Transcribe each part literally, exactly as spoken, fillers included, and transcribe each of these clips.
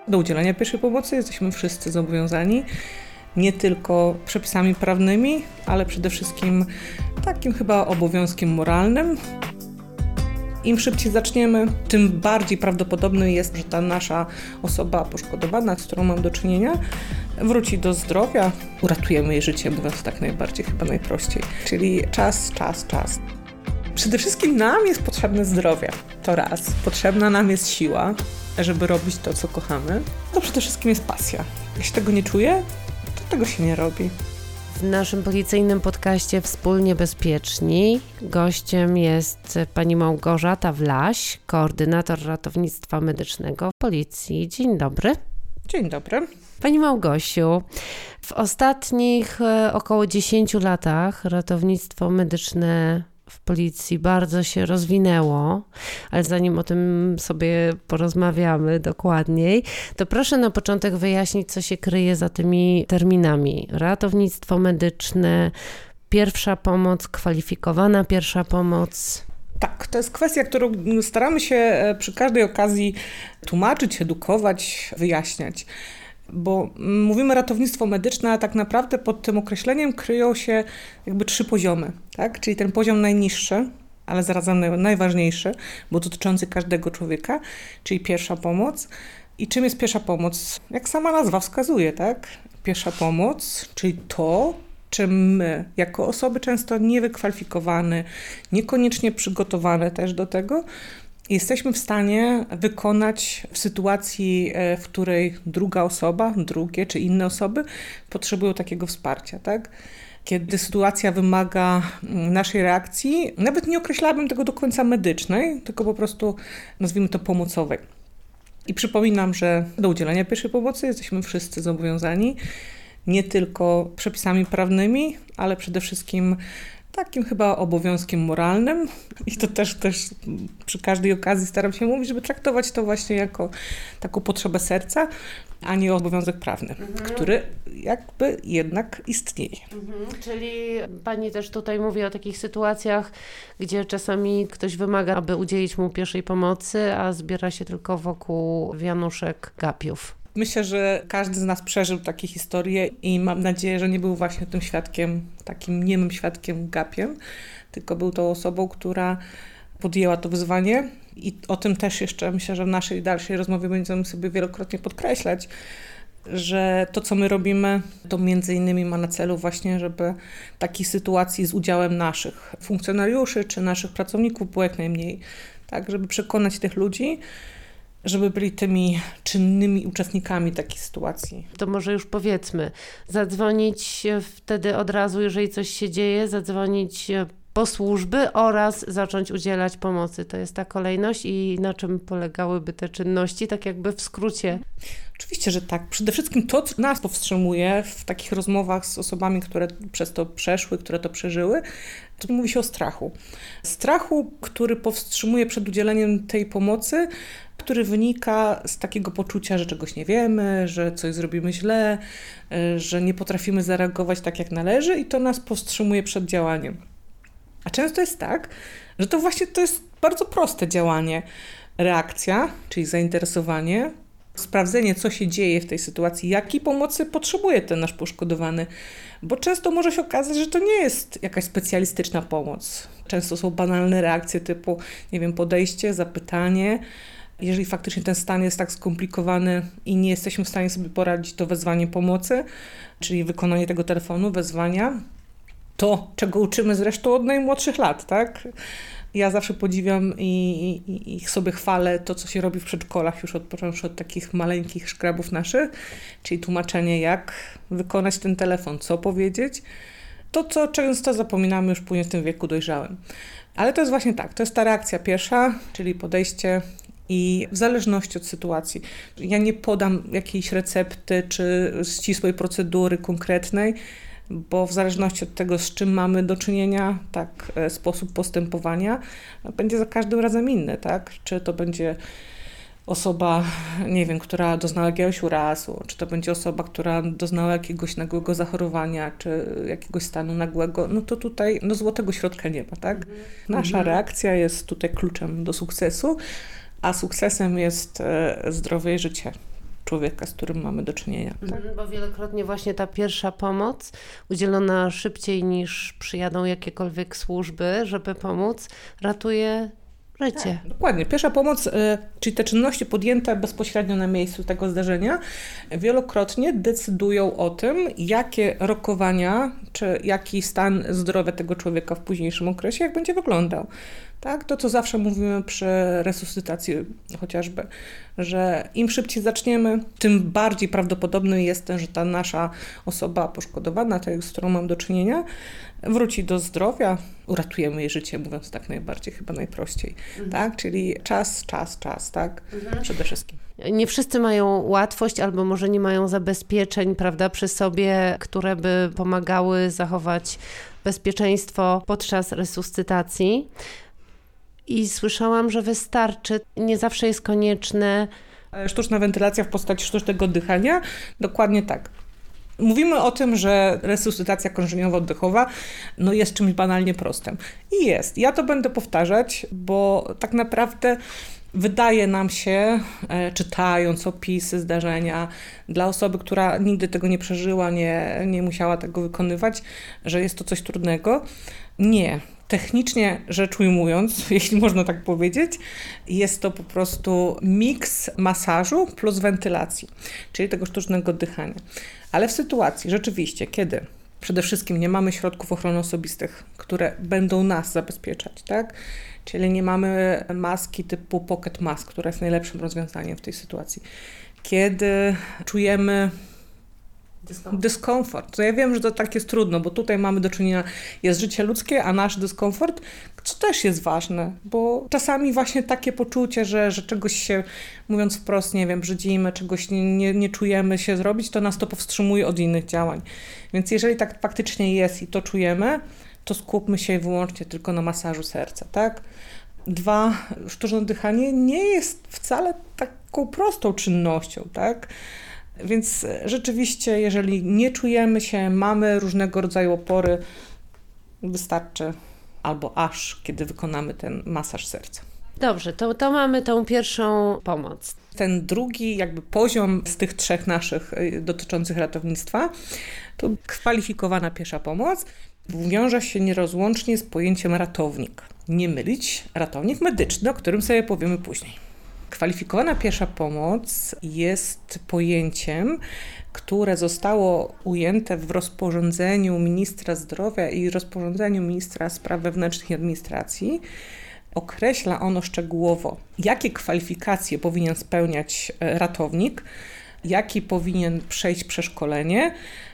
Do udzielenia pierwszej pomocy jesteśmy wszyscy zobowiązani, nie tylko przepisami prawnymi, ale przede wszystkim takim chyba obowiązkiem moralnym. Im szybciej zaczniemy, tym bardziej prawdopodobne jest, że ta nasza osoba poszkodowana, z którą mam do czynienia, wróci do zdrowia. Uratujemy jej życie, mówiąc tak najbardziej, chyba najprościej. Czyli czas, czas, czas. Przede wszystkim nam jest potrzebne zdrowie. To raz. Potrzebna nam jest siła, żeby robić to, co kochamy. To przede wszystkim jest pasja. Jak się tego nie czuje, to tego się nie robi. W naszym policyjnym podcaście Wspólnie Bezpieczni gościem jest pani Małgorzata Wlaś, koordynator ratownictwa medycznego w Policji. Dzień dobry. Dzień dobry. Pani Małgosiu, w ostatnich e, około dziesięciu latach ratownictwo medyczne w Policji bardzo się rozwinęło, ale zanim o tym sobie porozmawiamy dokładniej, to proszę na początek wyjaśnić, co się kryje za tymi terminami. Ratownictwo medyczne, pierwsza pomoc, kwalifikowana pierwsza pomoc. Tak, to jest kwestia, którą staramy się przy każdej okazji tłumaczyć, edukować, wyjaśniać. Bo mówimy ratownictwo medyczne, a tak naprawdę pod tym określeniem kryją się jakby trzy poziomy, tak? Czyli ten poziom najniższy, ale zarazem najważniejszy, bo dotyczący każdego człowieka, czyli pierwsza pomoc. I czym jest pierwsza pomoc? Jak sama nazwa wskazuje, tak? Pierwsza pomoc, czyli to, czym my, jako osoby często niewykwalifikowane, niekoniecznie przygotowane też do tego, jesteśmy w stanie wykonać w sytuacji, w której druga osoba, drugie czy inne osoby potrzebują takiego wsparcia, tak? Kiedy sytuacja wymaga naszej reakcji, nawet nie określałabym tego do końca medycznej, tylko po prostu nazwijmy to pomocowej. I przypominam, że do udzielenia pierwszej pomocy jesteśmy wszyscy zobowiązani, nie tylko przepisami prawnymi, ale przede wszystkim takim chyba obowiązkiem moralnym. I to też, też przy każdej okazji staram się mówić, żeby traktować to właśnie jako taką potrzebę serca, a nie obowiązek prawny, mhm. który jakby jednak istnieje. Mhm. Czyli pani też tutaj mówi o takich sytuacjach, gdzie czasami ktoś wymaga, aby udzielić mu pierwszej pomocy, a zbiera się tylko wokół wianuszek gapiów. Myślę, że każdy z nas przeżył takie historie i mam nadzieję, że nie był właśnie tym świadkiem, takim niemym świadkiem gapiem, tylko był tą osobą, która podjęła to wyzwanie i o tym też jeszcze myślę, że w naszej dalszej rozmowie będziemy sobie wielokrotnie podkreślać, że to, co my robimy, to między innymi ma na celu właśnie, żeby takich sytuacji z udziałem naszych funkcjonariuszy czy naszych pracowników było jak najmniej, tak, żeby przekonać tych ludzi, żeby byli tymi czynnymi uczestnikami takiej sytuacji. To może już powiedzmy, zadzwonić wtedy od razu, jeżeli coś się dzieje, zadzwonić po służby oraz zacząć udzielać pomocy. To jest ta kolejność i na czym polegałyby te czynności, tak jakby w skrócie? Oczywiście, że tak. Przede wszystkim to, co nas powstrzymuje w takich rozmowach z osobami, które przez to przeszły, które to przeżyły, to mówi się o strachu. Strachu, który powstrzymuje przed udzieleniem tej pomocy, który wynika z takiego poczucia, że czegoś nie wiemy, że coś zrobimy źle, że nie potrafimy zareagować tak, jak należy i to nas powstrzymuje przed działaniem. A często jest tak, że to właśnie to jest bardzo proste działanie. Reakcja, czyli zainteresowanie, sprawdzenie, co się dzieje w tej sytuacji, jakiej pomocy potrzebuje ten nasz poszkodowany, bo często może się okazać, że to nie jest jakaś specjalistyczna pomoc. Często są banalne reakcje typu, nie wiem, podejście, zapytanie. Jeżeli faktycznie ten stan jest tak skomplikowany i nie jesteśmy w stanie sobie poradzić, to wezwanie pomocy, czyli wykonanie tego telefonu, wezwania, to, czego uczymy zresztą od najmłodszych lat, tak? Ja zawsze podziwiam i, i, i sobie chwalę to, co się robi w przedszkolach, już od, począwszy od takich maleńkich szkrabów naszych, czyli tłumaczenie, jak wykonać ten telefon, co powiedzieć. To, co często zapominamy już później w tym wieku dojrzałym. Ale to jest właśnie tak, to jest ta reakcja pierwsza, czyli podejście i w zależności od sytuacji. Ja nie podam jakiejś recepty czy ścisłej procedury konkretnej, bo w zależności od tego, z czym mamy do czynienia, tak, sposób postępowania będzie za każdym razem inny, tak? Czy to będzie osoba, nie wiem, która doznała jakiegoś urazu, czy to będzie osoba, która doznała jakiegoś nagłego zachorowania, czy jakiegoś stanu nagłego, no to tutaj no złotego środka nie ma, tak? Nasza mhm. reakcja jest tutaj kluczem do sukcesu, a sukcesem jest e, zdrowie i życie człowieka, z którym mamy do czynienia. Tak? Mhm, bo wielokrotnie właśnie ta pierwsza pomoc udzielona szybciej niż przyjadą jakiekolwiek służby, żeby pomóc, ratuje życie. Tak, dokładnie. Pierwsza pomoc, y, czyli te czynności podjęte bezpośrednio na miejscu tego zdarzenia, wielokrotnie decydują o tym, jakie rokowania, czy jaki stan zdrowia tego człowieka w późniejszym okresie, jak będzie wyglądał. Tak? To, co zawsze mówimy przy resuscytacji chociażby, że im szybciej zaczniemy, tym bardziej prawdopodobny jest, że ta nasza osoba poszkodowana, ta, z którą mam do czynienia, wróci do zdrowia, uratujemy jej życie, mówiąc tak najbardziej, chyba najprościej. Mhm. Tak? Czyli czas, czas, czas, tak? Mhm. Przede wszystkim. Nie wszyscy mają łatwość albo może nie mają zabezpieczeń, prawda, przy sobie, które by pomagały zachować bezpieczeństwo podczas resuscytacji. I słyszałam, że wystarczy, nie zawsze jest konieczne. Sztuczna wentylacja w postaci sztucznego oddychania? Dokładnie tak. Mówimy o tym, że resuscytacja krążeniowo-oddechowa no jest czymś banalnie prostym. I jest. Ja to będę powtarzać, bo tak naprawdę wydaje nam się, e, czytając opisy zdarzenia, dla osoby, która nigdy tego nie przeżyła, nie, nie musiała tego wykonywać, że jest to coś trudnego. Nie. Technicznie rzecz ujmując, jeśli można tak powiedzieć, jest to po prostu miks masażu plus wentylacji, czyli tego sztucznego oddychania. Ale w sytuacji rzeczywiście, kiedy przede wszystkim nie mamy środków ochrony osobistych, które będą nas zabezpieczać, tak? Czyli nie mamy maski typu pocket mask, która jest najlepszym rozwiązaniem w tej sytuacji. Kiedy czujemy Dyskomfort. dyskomfort. To ja wiem, że to tak jest trudno, bo tutaj mamy do czynienia, jest życie ludzkie, a nasz dyskomfort, co też jest ważne, bo czasami właśnie takie poczucie, że, że czegoś się, mówiąc wprost, nie wiem, brzydzimy, czegoś nie, nie, nie czujemy się zrobić, to nas to powstrzymuje od innych działań. Więc jeżeli tak faktycznie jest i to czujemy, to skupmy się wyłącznie tylko na masażu serca, tak? Dwa, sztuczne oddychanie nie jest wcale taką prostą czynnością, tak? Więc rzeczywiście, jeżeli nie czujemy się, mamy różnego rodzaju opory, wystarczy albo aż, kiedy wykonamy ten masaż serca. Dobrze, to, to mamy tą pierwszą pomoc. Ten drugi jakby poziom z tych trzech naszych dotyczących ratownictwa to kwalifikowana pierwsza pomoc wiąże się nierozłącznie z pojęciem ratownik. Nie mylić ratownik medyczny, o którym sobie powiemy później. Kwalifikowana pierwsza pomoc jest pojęciem, które zostało ujęte w rozporządzeniu ministra zdrowia i rozporządzeniu ministra spraw wewnętrznych i administracji. Określa ono szczegółowo, jakie kwalifikacje powinien spełniać ratownik, jaki powinien przejść przeszkolenie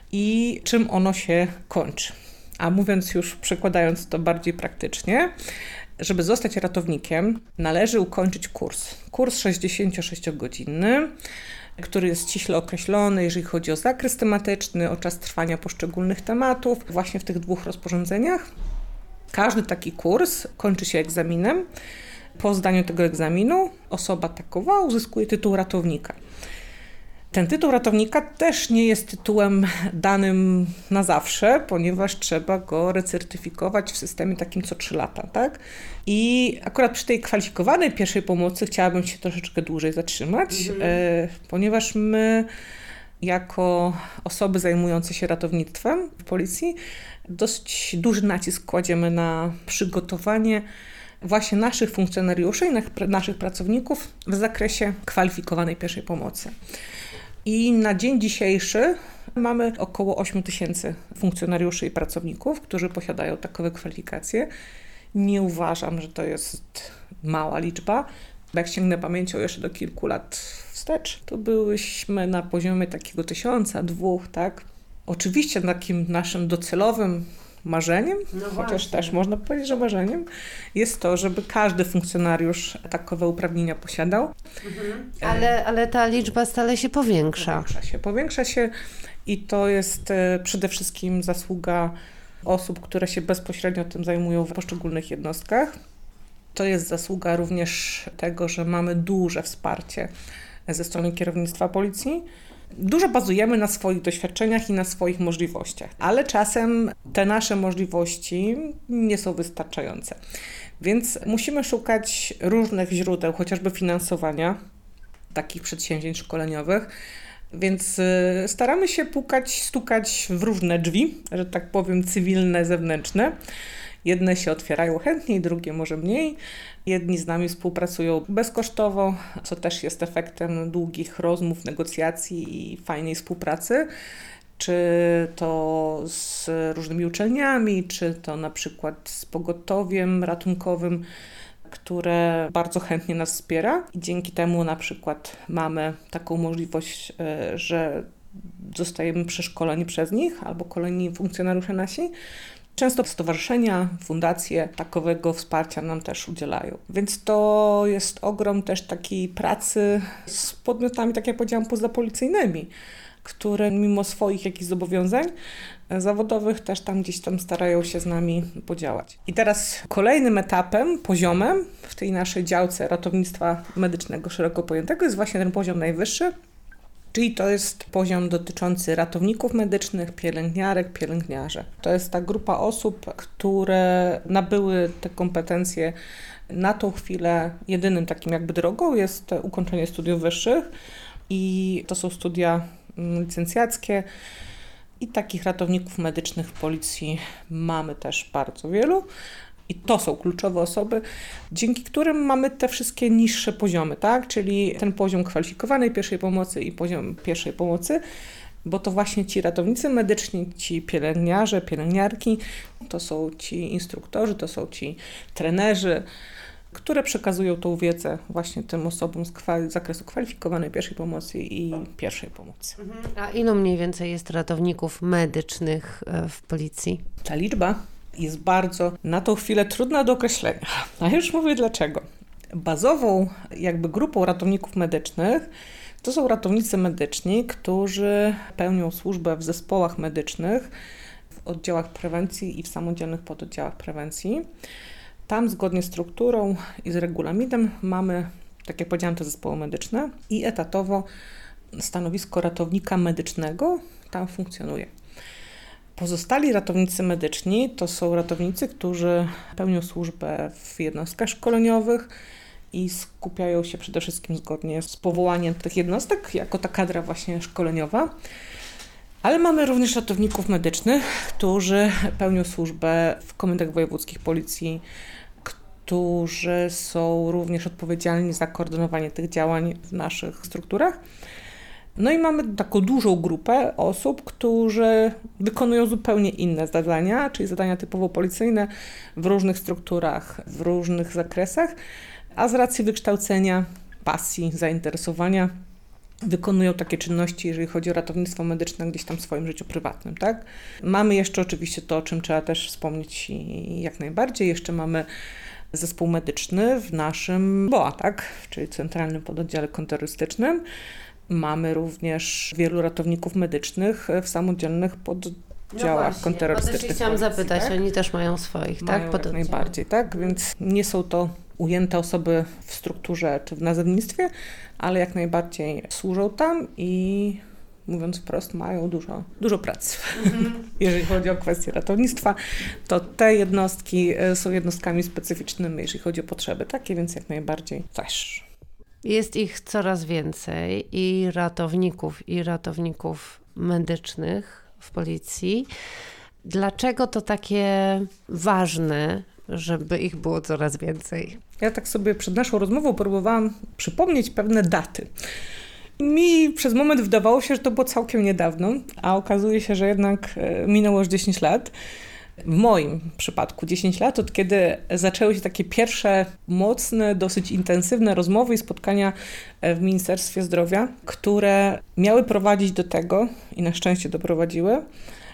i czym ono się kończy. A mówiąc już, przekładając to bardziej praktycznie, żeby zostać ratownikiem, należy ukończyć kurs. Kurs sześćdziesięciosześciogodzinny, który jest ściśle określony, jeżeli chodzi o zakres tematyczny, o czas trwania poszczególnych tematów, właśnie w tych dwóch rozporządzeniach. Każdy taki kurs kończy się egzaminem. Po zdaniu tego egzaminu osoba takowa uzyskuje tytuł ratownika. Ten tytuł ratownika też nie jest tytułem danym na zawsze, ponieważ trzeba go recertyfikować w systemie takim co trzy lata, tak? I akurat przy tej kwalifikowanej pierwszej pomocy chciałabym się troszeczkę dłużej zatrzymać, mhm. e, ponieważ my jako osoby zajmujące się ratownictwem w policji dość duży nacisk kładziemy na przygotowanie właśnie naszych funkcjonariuszy i naszych pracowników w zakresie kwalifikowanej pierwszej pomocy. I na dzień dzisiejszy mamy około osiem tysięcy funkcjonariuszy i pracowników, którzy posiadają takowe kwalifikacje. Nie uważam, że to jest mała liczba. Jak sięgnę pamięcią jeszcze do kilku lat wstecz, to byłyśmy na poziomie takiego tysiąca, dwóch, tak? Oczywiście takim naszym docelowym marzeniem, no chociaż właśnie. Też można powiedzieć, że marzeniem, jest to, żeby każdy funkcjonariusz takowe uprawnienia posiadał. Mhm. Ale, ale ta liczba stale się powiększa. Powiększa się, powiększa się i to jest przede wszystkim zasługa osób, które się bezpośrednio tym zajmują w poszczególnych jednostkach. To jest zasługa również tego, że mamy duże wsparcie ze strony kierownictwa policji. Dużo bazujemy na swoich doświadczeniach i na swoich możliwościach, ale czasem te nasze możliwości nie są wystarczające. Więc musimy szukać różnych źródeł, chociażby finansowania, takich przedsięwzięć szkoleniowych. Więc staramy się pukać, stukać w różne drzwi, że tak powiem cywilne, zewnętrzne. Jedne się otwierają chętniej, drugie może mniej. Jedni z nami współpracują bezkosztowo, co też jest efektem długich rozmów, negocjacji i fajnej współpracy. Czy to z różnymi uczelniami, czy to na przykład z pogotowiem ratunkowym, które bardzo chętnie nas wspiera i dzięki temu na przykład mamy taką możliwość, że zostajemy przeszkoleni przez nich albo kolejni funkcjonariusze nasi. Często stowarzyszenia, fundacje takowego wsparcia nam też udzielają. Więc to jest ogrom też takiej pracy z podmiotami, tak jak powiedziałam, pozapolicyjnymi, które mimo swoich jakichś zobowiązań zawodowych też tam gdzieś tam starają się z nami podziałać. I teraz kolejnym etapem, poziomem w tej naszej działce ratownictwa medycznego szeroko pojętego jest właśnie ten poziom najwyższy, czyli to jest poziom dotyczący ratowników medycznych, pielęgniarek, pielęgniarzy. To jest ta grupa osób, które nabyły te kompetencje na tą chwilę. Jedynym takim jakby drogą jest ukończenie studiów wyższych i to są studia licencjackie i takich ratowników medycznych w Policji mamy też bardzo wielu. I to są kluczowe osoby, dzięki którym mamy te wszystkie niższe poziomy, tak? Czyli ten poziom kwalifikowanej pierwszej pomocy i poziom pierwszej pomocy, bo to właśnie ci ratownicy medyczni, ci pielęgniarze, pielęgniarki, to są ci instruktorzy, to są ci trenerzy, które przekazują tą wiedzę właśnie tym osobom z, kwali- z zakresu kwalifikowanej pierwszej pomocy i pierwszej pomocy. A ilu mniej więcej jest ratowników medycznych w Policji? Ta liczba jest bardzo na tą chwilę trudna do określenia. A już mówię dlaczego. Bazową jakby grupą ratowników medycznych to są ratownicy medyczni, którzy pełnią służbę w zespołach medycznych, w oddziałach prewencji i w samodzielnych pododdziałach prewencji. Tam zgodnie z strukturą i z regulaminem mamy, tak jak powiedziałam, te zespoły medyczne i etatowo stanowisko ratownika medycznego tam funkcjonuje. Pozostali ratownicy medyczni to są ratownicy, którzy pełnią służbę w jednostkach szkoleniowych i skupiają się przede wszystkim zgodnie z powołaniem tych jednostek jako ta kadra właśnie szkoleniowa. Ale mamy również ratowników medycznych, którzy pełnią służbę w komendach wojewódzkich Policji, którzy są również odpowiedzialni za koordynowanie tych działań w naszych strukturach. No i mamy taką dużą grupę osób, którzy wykonują zupełnie inne zadania, czyli zadania typowo policyjne w różnych strukturach, w różnych zakresach, a z racji wykształcenia, pasji, zainteresowania wykonują takie czynności, jeżeli chodzi o ratownictwo medyczne gdzieś tam w swoim życiu prywatnym, tak? Mamy jeszcze oczywiście to, o czym trzeba też wspomnieć i jak najbardziej. Jeszcze mamy zespół medyczny w naszym B O A, tak? Czyli Centralnym Pododdziale Kontrterrorystycznym. Mamy również wielu ratowników medycznych w samodzielnych pododdziałach no kontrterrorystycznych. Ja chciałam policji, zapytać, tak? Oni też mają swoich, mają tak? Jak najbardziej, tak? Więc nie są to ujęte osoby w strukturze czy w nazewnictwie, ale jak najbardziej służą tam i mówiąc wprost, mają dużo, dużo pracy. Mm-hmm. Jeżeli chodzi o kwestię ratownictwa, to te jednostki są jednostkami specyficznymi, jeżeli chodzi o potrzeby takie, więc jak najbardziej też. Jest ich coraz więcej i ratowników, i ratowników medycznych w Policji. Dlaczego to takie ważne, żeby ich było coraz więcej? Ja tak sobie przed naszą rozmową próbowałam przypomnieć pewne daty. Mi przez moment wydawało się, że to było całkiem niedawno, a okazuje się, że jednak minęło już dziesięć lat. W moim przypadku dziesięć lat, od kiedy zaczęły się takie pierwsze mocne, dosyć intensywne rozmowy i spotkania w Ministerstwie Zdrowia, które miały prowadzić do tego, i na szczęście doprowadziły,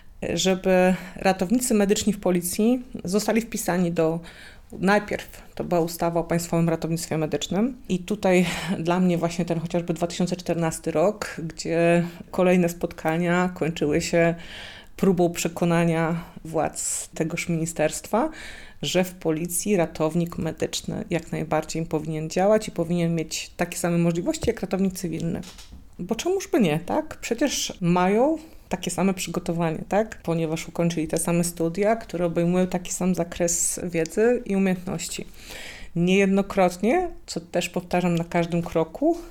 żeby ratownicy medyczni w Policji zostali wpisani do, najpierw to była ustawa o Państwowym Ratownictwie Medycznym i tutaj dla mnie właśnie ten chociażby dwa tysiące czternasty rok, gdzie kolejne spotkania kończyły się próbą przekonania władz tegoż ministerstwa, że w Policji ratownik medyczny jak najbardziej powinien działać i powinien mieć takie same możliwości jak ratownik cywilny. Bo czemuż by nie, tak? Przecież mają takie same przygotowanie, tak? Ponieważ ukończyli te same studia, które obejmują taki sam zakres wiedzy i umiejętności. Niejednokrotnie, co też powtarzam na każdym kroku,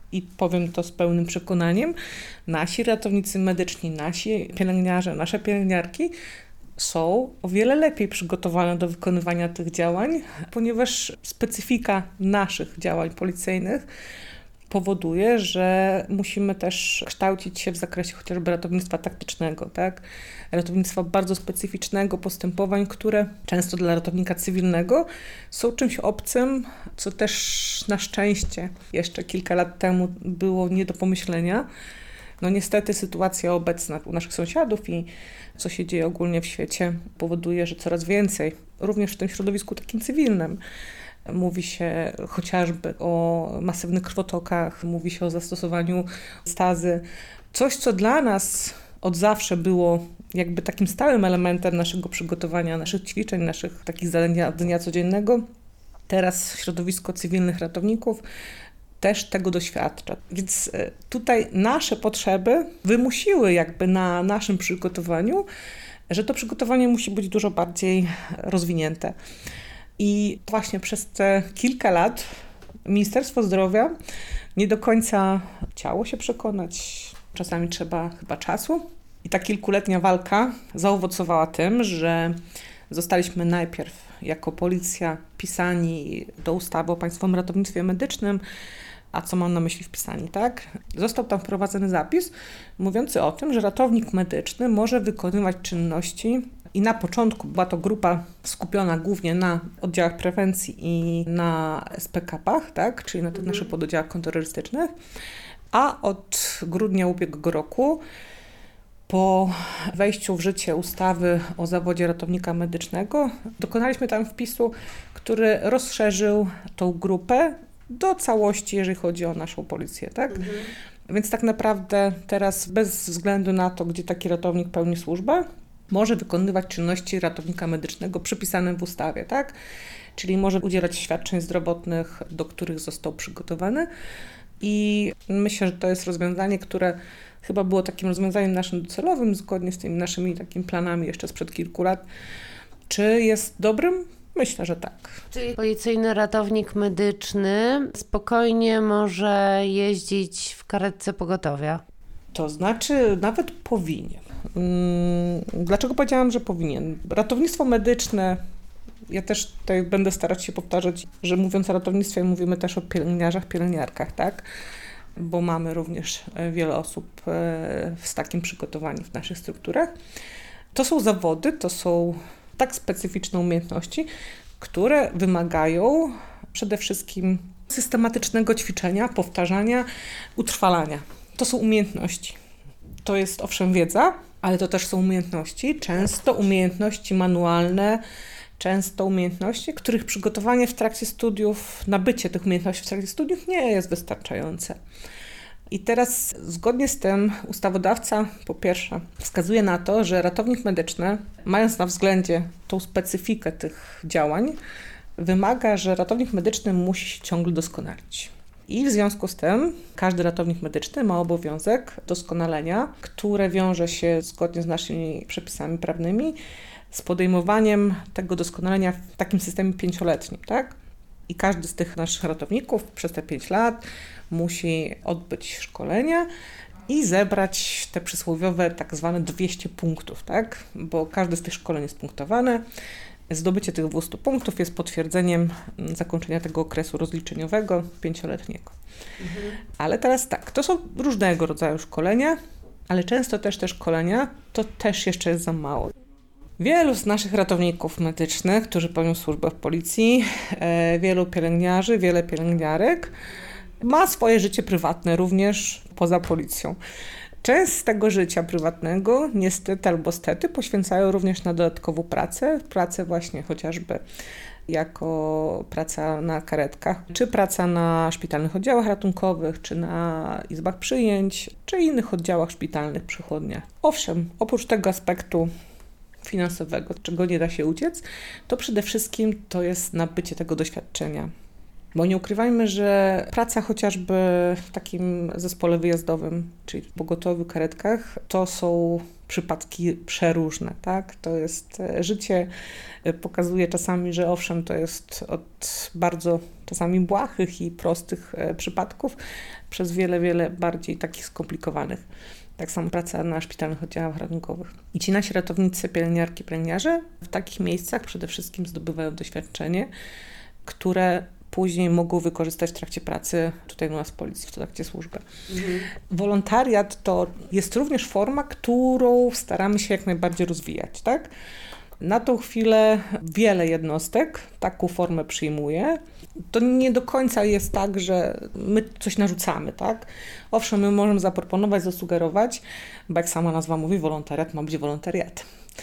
i powiem to z pełnym przekonaniem, nasi ratownicy medyczni, nasi pielęgniarze, nasze pielęgniarki są o wiele lepiej przygotowane do wykonywania tych działań, ponieważ specyfika naszych działań policyjnych powoduje, że musimy też kształcić się w zakresie chociażby ratownictwa taktycznego, tak? Ratownictwa bardzo specyficznego, postępowań, które często dla ratownika cywilnego są czymś obcym, co też na szczęście jeszcze kilka lat temu było nie do pomyślenia. No niestety sytuacja obecna u naszych sąsiadów i co się dzieje ogólnie w świecie powoduje, że coraz więcej, również w tym środowisku takim cywilnym, mówi się chociażby o masywnych krwotokach, mówi się o zastosowaniu stazy. Coś, co dla nas od zawsze było jakby takim stałym elementem naszego przygotowania, naszych ćwiczeń, naszych takich zadań dnia codziennego. Teraz środowisko cywilnych ratowników też tego doświadcza. Więc tutaj nasze potrzeby wymusiły jakby na naszym przygotowaniu, że to przygotowanie musi być dużo bardziej rozwinięte. I właśnie przez te kilka lat Ministerstwo Zdrowia nie do końca chciało się przekonać. Czasami trzeba chyba czasu. I ta kilkuletnia walka zaowocowała tym, że zostaliśmy najpierw jako policja wpisani do ustawy o Państwowym Ratownictwie Medycznym. A co mam na myśli wpisani, tak? Został tam wprowadzony zapis mówiący o tym, że ratownik medyczny może wykonywać czynności i na początku była to grupa skupiona głównie na oddziałach prewencji i na es pe ka pach, tak? Czyli na tych mhm. naszych pododdziałach kontrterrorystycznych, a od grudnia ubiegłego roku po wejściu w życie ustawy o zawodzie ratownika medycznego dokonaliśmy tam wpisu, który rozszerzył tą grupę do całości, jeżeli chodzi o naszą policję, tak? Mhm. Więc tak naprawdę teraz bez względu na to, gdzie taki ratownik pełni służbę, może wykonywać czynności ratownika medycznego przypisane w ustawie, tak? Czyli może udzielać świadczeń zdrowotnych, do których został przygotowany. I myślę, że to jest rozwiązanie, które chyba było takim rozwiązaniem naszym docelowym, zgodnie z tymi naszymi takimi planami jeszcze sprzed kilku lat. Czy jest dobrym? Myślę, że tak. Czyli policyjny ratownik medyczny spokojnie może jeździć w karetce pogotowia? To znaczy nawet powinien. Dlaczego powiedziałam, że powinien? Ratownictwo medyczne, ja też tutaj będę starać się powtarzać, że mówiąc o ratownictwie mówimy też o pielęgniarzach, pielęgniarkach, tak? Bo mamy również wiele osób z takim przygotowaniem w naszych strukturach. To są zawody, to są tak specyficzne umiejętności, które wymagają przede wszystkim systematycznego ćwiczenia, powtarzania, utrwalania. To są umiejętności. To jest owszem wiedza, ale to też są umiejętności, często umiejętności manualne, często umiejętności, których przygotowanie w trakcie studiów, nabycie tych umiejętności w trakcie studiów nie jest wystarczające. I teraz zgodnie z tym ustawodawca po pierwsze wskazuje na to, że ratownik medyczny, mając na względzie tą specyfikę tych działań, wymaga, że ratownik medyczny musi się ciągle doskonalić. I w związku z tym każdy ratownik medyczny ma obowiązek doskonalenia, które wiąże się zgodnie z naszymi przepisami prawnymi z podejmowaniem tego doskonalenia w takim systemie pięcioletnim, tak? I każdy z tych naszych ratowników przez te pięć lat musi odbyć szkolenia i zebrać te przysłowiowe tak zwane dwieście punktów, tak? Bo każdy z tych szkoleń jest punktowany. Zdobycie tych dwieście punktów jest potwierdzeniem zakończenia tego okresu rozliczeniowego pięcioletniego. Mhm. Ale teraz tak, to są różnego rodzaju szkolenia, ale często też te szkolenia to też jeszcze jest za mało. Wielu z naszych ratowników medycznych, którzy pełnią służbę w policji, e, wielu pielęgniarzy, wiele pielęgniarek ma swoje życie prywatne również poza policją. Część z tego życia prywatnego niestety albo stety poświęcają również na dodatkową pracę, pracę właśnie chociażby jako praca na karetkach, czy praca na szpitalnych oddziałach ratunkowych, czy na izbach przyjęć, czy innych oddziałach szpitalnych, przychodniach. Owszem, oprócz tego aspektu finansowego, czego nie da się uciec, to przede wszystkim to jest nabycie tego doświadczenia Bo nie ukrywajmy, że praca chociażby w takim zespole wyjazdowym, czyli w pogotowiu, karetkach, to są przypadki przeróżne, tak? To jest życie, pokazuje czasami, że owszem, to jest od bardzo czasami błahych i prostych przypadków, przez wiele, wiele bardziej takich skomplikowanych. Tak samo praca na szpitalnych oddziałach ratunkowych. I ci nasi ratownicy, pielęgniarki, pielęgniarze w takich miejscach przede wszystkim zdobywają doświadczenie, które później mogą wykorzystać w trakcie pracy tutaj u nas w policji, w trakcie służby. Mhm. Wolontariat to jest również forma, którą staramy się jak najbardziej rozwijać, tak? Na tą chwilę wiele jednostek taką formę przyjmuje. To nie do końca jest tak, że my coś narzucamy, tak? Owszem, my możemy zaproponować, zasugerować, bo jak sama nazwa mówi, wolontariat ma być wolontariatem.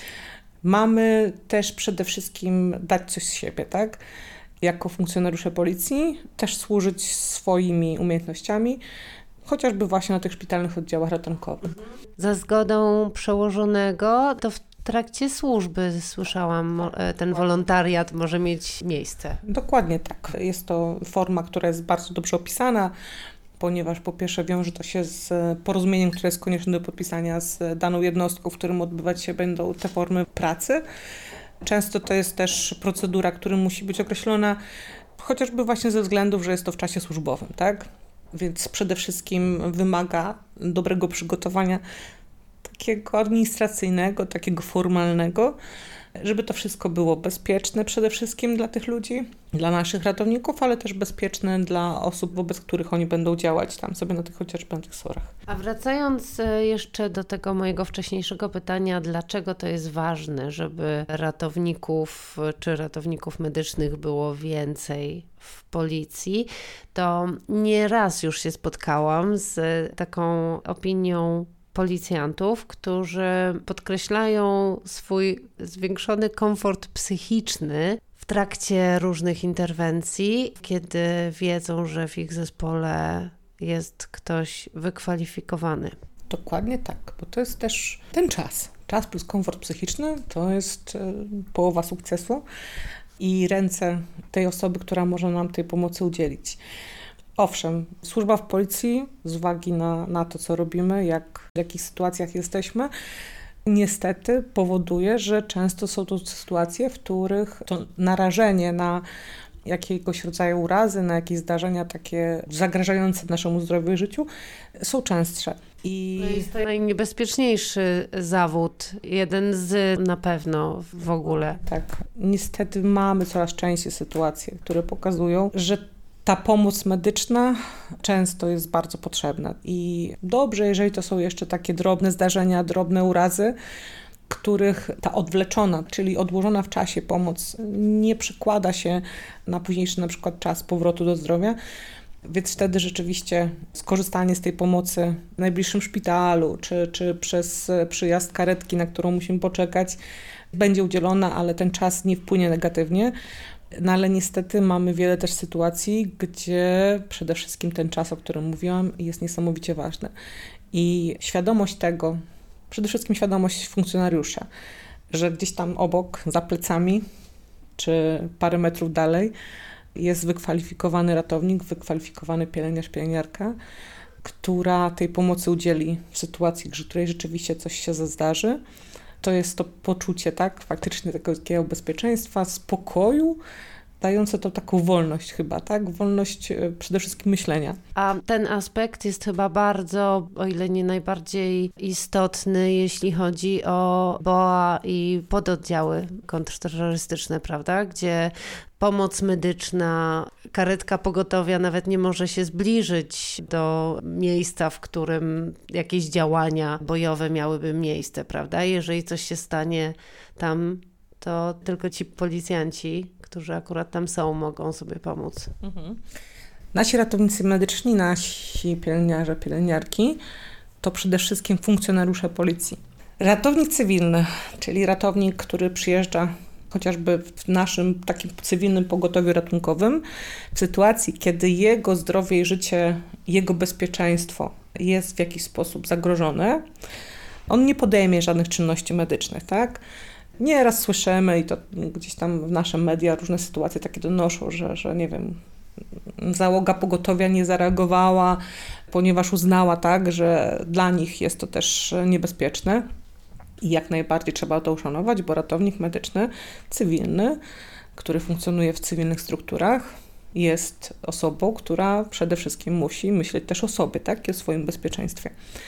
Mamy też przede wszystkim dać coś z siebie, tak? Jako funkcjonariusze policji też służyć swoimi umiejętnościami, chociażby właśnie na tych szpitalnych oddziałach ratunkowych. Za zgodą przełożonego to w trakcie służby, słyszałam, ten wolontariat może mieć miejsce. Dokładnie tak. Jest to forma, która jest bardzo dobrze opisana, ponieważ po pierwsze wiąże to się z porozumieniem, które jest konieczne do podpisania z daną jednostką, w którym odbywać się będą te formy pracy. Często to jest też procedura, która musi być określona chociażby właśnie ze względów, że jest to w czasie służbowym, tak? Więc przede wszystkim wymaga dobrego przygotowania takiego administracyjnego, takiego formalnego, żeby to wszystko było bezpieczne przede wszystkim dla tych ludzi, dla naszych ratowników, ale też bezpieczne dla osób, wobec których oni będą działać tam sobie na tych chociażby na tych sorach. A wracając jeszcze do tego mojego wcześniejszego pytania, dlaczego to jest ważne, żeby ratowników czy ratowników medycznych było więcej w policji, to nieraz już się spotkałam z taką opinią policjantów, którzy podkreślają swój zwiększony komfort psychiczny w trakcie różnych interwencji, kiedy wiedzą, że w ich zespole jest ktoś wykwalifikowany. Dokładnie tak, bo to jest też ten czas. Czas plus komfort psychiczny to jest połowa sukcesu i ręce tej osoby, która może nam tej pomocy udzielić. Owszem, służba w policji z uwagi na, na to, co robimy, jak, w jakich sytuacjach jesteśmy, niestety powoduje, że często są to sytuacje, w których to narażenie na jakiegoś rodzaju urazy, na jakieś zdarzenia takie zagrażające naszemu zdrowiu i życiu są częstsze. I to jest to najniebezpieczniejszy zawód, jeden z na pewno w ogóle. Tak, niestety mamy coraz częściej sytuacje, które pokazują, że ta pomoc medyczna często jest bardzo potrzebna i dobrze, jeżeli to są jeszcze takie drobne zdarzenia, drobne urazy, których ta odwleczona, czyli odłożona w czasie pomoc nie przekłada się na późniejszy na przykład czas powrotu do zdrowia, więc wtedy rzeczywiście skorzystanie z tej pomocy w najbliższym szpitalu, czy, czy przez przyjazd karetki, na którą musimy poczekać, będzie udzielona, ale ten czas nie wpłynie negatywnie. No ale niestety mamy wiele też sytuacji, gdzie przede wszystkim ten czas, o którym mówiłam, jest niesamowicie ważny. I świadomość tego, przede wszystkim świadomość funkcjonariusza, że gdzieś tam obok, za plecami, czy parę metrów dalej jest wykwalifikowany ratownik, wykwalifikowany pielęgniarz, pielęgniarka, która tej pomocy udzieli w sytuacji, w której rzeczywiście coś się zdarzy. To jest to poczucie, tak, faktycznie takiego bezpieczeństwa, spokoju, dające to taką wolność chyba, tak, wolność przede wszystkim myślenia. A ten aspekt jest chyba bardzo, o ile nie najbardziej istotny, jeśli chodzi o B O A i pododdziały kontrterrorystyczne, prawda, gdzie pomoc medyczna, karetka pogotowia nawet nie może się zbliżyć do miejsca, w którym jakieś działania bojowe miałyby miejsce, prawda? Jeżeli coś się stanie tam, to tylko ci policjanci, którzy akurat tam są, mogą sobie pomóc. Mhm. Nasi ratownicy medyczni, nasi pielęgniarze, pielęgniarki to przede wszystkim funkcjonariusze policji. Ratownik cywilny, czyli ratownik, który przyjeżdża chociażby w naszym takim cywilnym pogotowiu ratunkowym, w sytuacji, kiedy jego zdrowie i życie, jego bezpieczeństwo jest w jakiś sposób zagrożone, on nie podejmie żadnych czynności medycznych, tak? Nieraz słyszymy i to gdzieś tam w nasze media różne sytuacje takie donoszą, że, że nie wiem, załoga pogotowia nie zareagowała, ponieważ uznała, tak, że dla nich jest to też niebezpieczne i jak najbardziej trzeba to uszanować, bo ratownik medyczny cywilny, który funkcjonuje w cywilnych strukturach, jest osobą, która przede wszystkim musi myśleć też o sobie, tak, i o swoim bezpieczeństwie.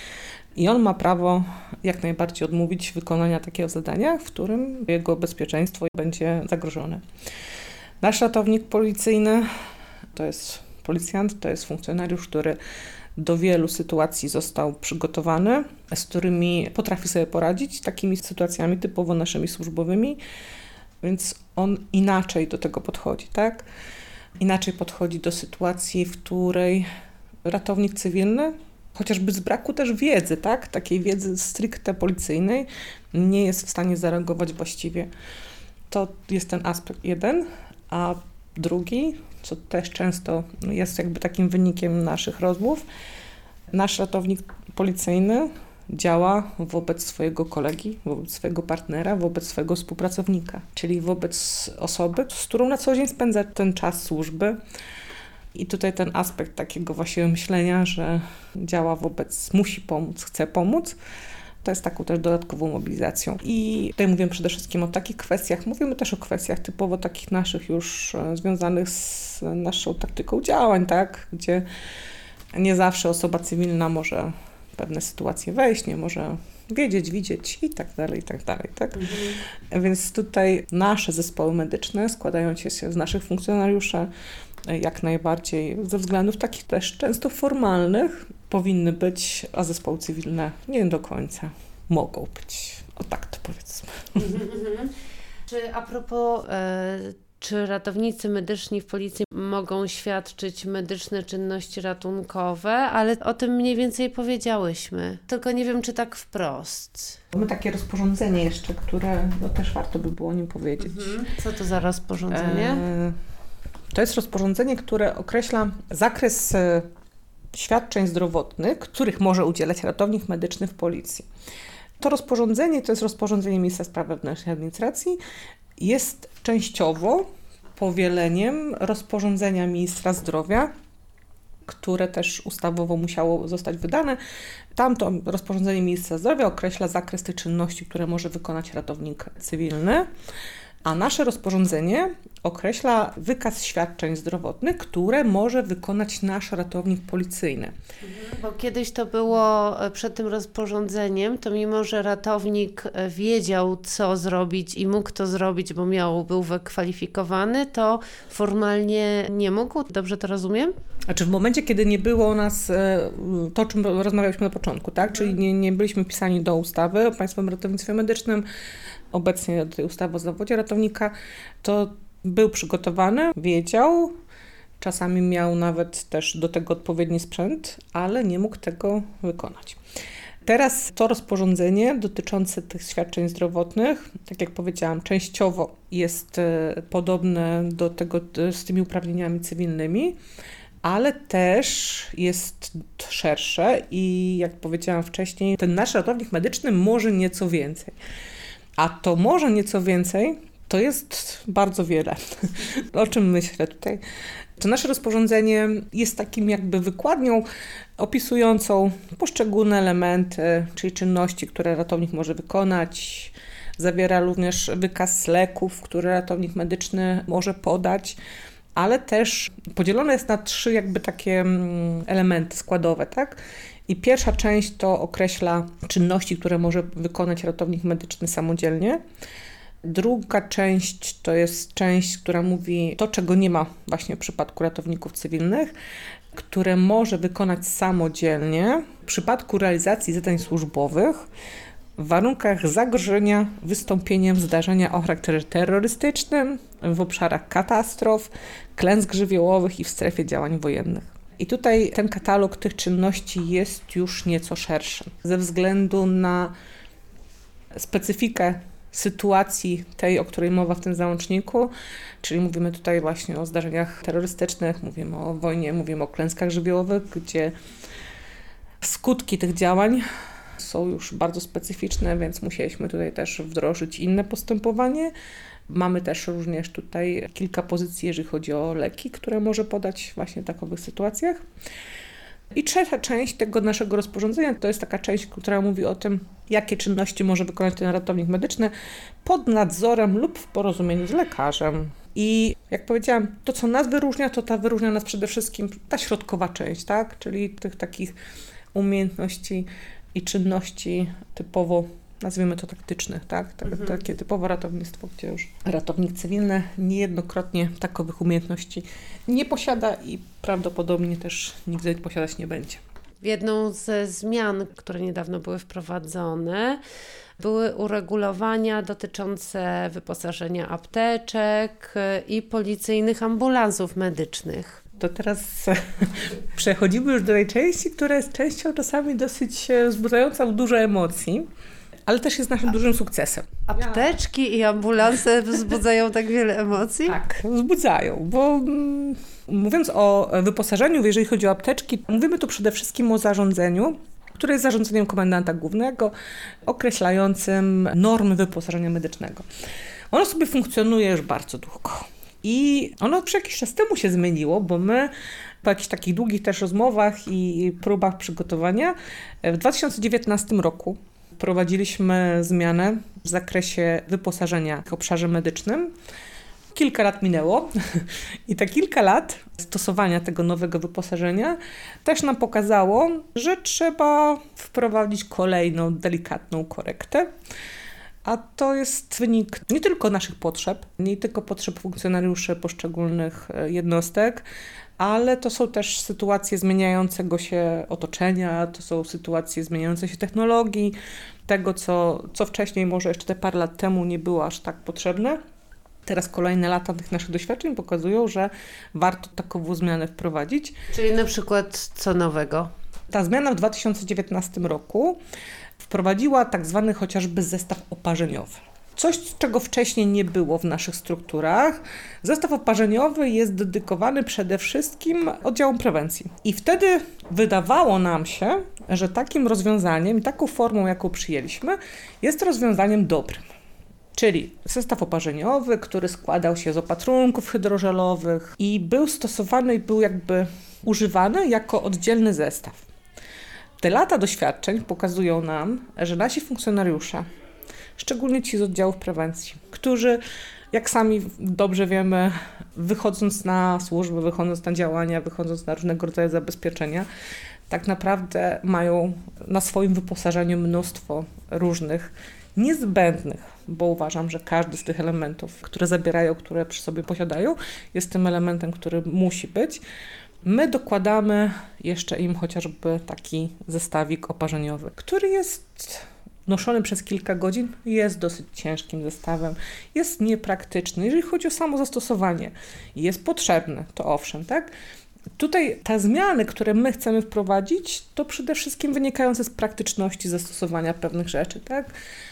I on ma prawo jak najbardziej odmówić wykonania takiego zadania, w którym jego bezpieczeństwo będzie zagrożone. Nasz ratownik policyjny to jest policjant, to jest funkcjonariusz, który do wielu sytuacji został przygotowany, z którymi potrafi sobie poradzić, takimi sytuacjami typowo naszymi służbowymi, więc on inaczej do tego podchodzi, tak? Inaczej podchodzi do sytuacji, w której ratownik cywilny, chociażby z braku też wiedzy, tak? Takiej wiedzy stricte policyjnej, nie jest w stanie zareagować właściwie. To jest ten aspekt jeden, a drugi, co też często jest jakby takim wynikiem naszych rozmów, nasz ratownik policyjny działa wobec swojego kolegi, wobec swojego partnera, wobec swojego współpracownika, czyli wobec osoby, z którą na co dzień spędza ten czas służby. I tutaj ten aspekt takiego właśnie myślenia, że działa wobec, musi pomóc, chce pomóc, to jest taką też dodatkową mobilizacją. I tutaj mówimy przede wszystkim o takich kwestiach, mówimy też o kwestiach typowo takich naszych już związanych z naszą taktyką działań, tak, gdzie nie zawsze osoba cywilna może w pewne sytuacje wejść, nie może wiedzieć, widzieć i tak dalej, i tak dalej, tak? Mhm. Więc tutaj nasze zespoły medyczne składające się z naszych funkcjonariuszy jak najbardziej ze względów takich też często formalnych powinny być, a zespoły cywilne nie do końca mogą być. O tak to powiedzmy. Mhm. Czy a propos... Y- Czy ratownicy medyczni w policji mogą świadczyć medyczne czynności ratunkowe, ale o tym mniej więcej powiedziałyśmy. Tylko nie wiem, czy tak wprost. Mamy takie rozporządzenie jeszcze, które no, też warto by było o nim powiedzieć. Mhm. Co to za rozporządzenie? E, to jest rozporządzenie, które określa zakres e, świadczeń zdrowotnych, których może udzielać ratownik medyczny w policji. To rozporządzenie to jest rozporządzenie Ministra Spraw Wewnętrznych i Administracji. Jest częściowo powieleniem rozporządzenia ministra zdrowia, które też ustawowo musiało zostać wydane. Tamto rozporządzenie ministra zdrowia określa zakres tych czynności, które może wykonać ratownik cywilny, a nasze rozporządzenie określa wykaz świadczeń zdrowotnych, które może wykonać nasz ratownik policyjny. Bo kiedyś to było przed tym rozporządzeniem, to mimo, że ratownik wiedział, co zrobić i mógł to zrobić, bo miał, był wykwalifikowany, to formalnie nie mógł. Dobrze to rozumiem? Znaczy w momencie, kiedy nie było nas to, o czym rozmawialiśmy na początku, tak? Czyli nie, nie byliśmy pisani do ustawy o Państwowym Ratownictwie Medycznym, obecnie do tej ustawy o zawodzie ratownika, to był przygotowany, wiedział, czasami miał nawet też do tego odpowiedni sprzęt, ale nie mógł tego wykonać. Teraz to rozporządzenie dotyczące tych świadczeń zdrowotnych, tak jak powiedziałam, częściowo jest podobne do tego z tymi uprawnieniami cywilnymi, ale też jest szersze i jak powiedziałam wcześniej, ten nasz ratownik medyczny może nieco więcej. A to może nieco więcej to jest bardzo wiele. O czym myślę tutaj? To nasze rozporządzenie jest takim jakby wykładnią opisującą poszczególne elementy, czyli czynności, które ratownik może wykonać. Zawiera również wykaz leków, które ratownik medyczny może podać, ale też podzielone jest na trzy jakby takie elementy składowe, tak? I pierwsza część to określa czynności, które może wykonać ratownik medyczny samodzielnie. Druga część to jest część, która mówi to, czego nie ma właśnie w przypadku ratowników cywilnych, które może wykonać samodzielnie w przypadku realizacji zadań służbowych w warunkach zagrożenia wystąpieniem zdarzenia o charakterze terrorystycznym, w obszarach katastrof, klęsk żywiołowych i w strefie działań wojennych. I tutaj ten katalog tych czynności jest już nieco szerszy. Ze względu na specyfikę sytuacji tej, o której mowa w tym załączniku, czyli mówimy tutaj właśnie o zdarzeniach terrorystycznych, mówimy o wojnie, mówimy o klęskach żywiołowych, gdzie skutki tych działań są już bardzo specyficzne, więc musieliśmy tutaj też wdrożyć inne postępowanie. Mamy też również tutaj kilka pozycji, jeżeli chodzi o leki, które może podać właśnie w takowych sytuacjach. I trzecia część tego naszego rozporządzenia to jest taka część, która mówi o tym, jakie czynności może wykonać ten ratownik medyczny pod nadzorem lub w porozumieniu z lekarzem. I jak powiedziałam, to co nas wyróżnia, to ta wyróżnia nas przede wszystkim ta środkowa część, tak? Czyli tych takich umiejętności i czynności typowo, nazwijmy to taktycznych, tak? tak mhm. Takie typowo ratownictwo, gdzie już ratownik cywilny niejednokrotnie takowych umiejętności nie posiada i prawdopodobnie też nigdy posiadać nie będzie. Jedną ze zmian, które niedawno były wprowadzone, były uregulowania dotyczące wyposażenia apteczek i policyjnych ambulansów medycznych. To teraz przechodzimy już do tej części, która jest częścią czasami dosyć wzbudzająca dużo emocji, ale też jest naszym dużym sukcesem. Apteczki i ambulanse wzbudzają tak wiele emocji? Tak, wzbudzają, bo mm, mówiąc o wyposażeniu, jeżeli chodzi o apteczki, mówimy tu przede wszystkim o zarządzeniu, które jest zarządzeniem komendanta głównego określającym normy wyposażenia medycznego. Ono sobie funkcjonuje już bardzo długo i ono już jakiś czas temu się zmieniło, bo my po jakichś takich długich też rozmowach i próbach przygotowania w dwa tysiące dziewiętnastym roku prowadziliśmy zmianę w zakresie wyposażenia w obszarze medycznym. Kilka lat minęło i te kilka lat stosowania tego nowego wyposażenia też nam pokazało, że trzeba wprowadzić kolejną delikatną korektę. A to jest wynik nie tylko naszych potrzeb, nie tylko potrzeb funkcjonariuszy poszczególnych jednostek, ale to są też sytuacje zmieniającego się otoczenia, to są sytuacje zmieniającej się technologii, tego, co, co wcześniej, może jeszcze te parę lat temu nie było aż tak potrzebne. Teraz kolejne lata tych naszych doświadczeń pokazują, że warto takową zmianę wprowadzić. Czyli na przykład co nowego? Ta zmiana w dwa tysiące dziewiętnastym roku wprowadziła tak zwany chociażby zestaw oparzeniowy. Coś, czego wcześniej nie było w naszych strukturach. Zestaw oparzeniowy jest dedykowany przede wszystkim oddziałom prewencji. I wtedy wydawało nam się, że takim rozwiązaniem, taką formą, jaką przyjęliśmy, jest rozwiązaniem dobrym. Czyli zestaw oparzeniowy, który składał się z opatrunków hydrożelowych i był stosowany i był jakby używany jako oddzielny zestaw. Te lata doświadczeń pokazują nam, że nasi funkcjonariusze, szczególnie ci z oddziałów prewencji, którzy, jak sami dobrze wiemy, wychodząc na służbę, wychodząc na działania, wychodząc na różnego rodzaju zabezpieczenia, tak naprawdę mają na swoim wyposażeniu mnóstwo różnych niezbędnych, bo uważam, że każdy z tych elementów, które zabierają, które przy sobie posiadają, jest tym elementem, który musi być. My dokładamy jeszcze im chociażby taki zestawik oparzeniowy, który jest noszony przez kilka godzin, jest dosyć ciężkim zestawem, jest niepraktyczny, jeżeli chodzi o samo zastosowanie. Jest potrzebny, to owszem, tak? Tutaj te zmiany, które my chcemy wprowadzić, to przede wszystkim wynikające z praktyczności zastosowania pewnych rzeczy, tak?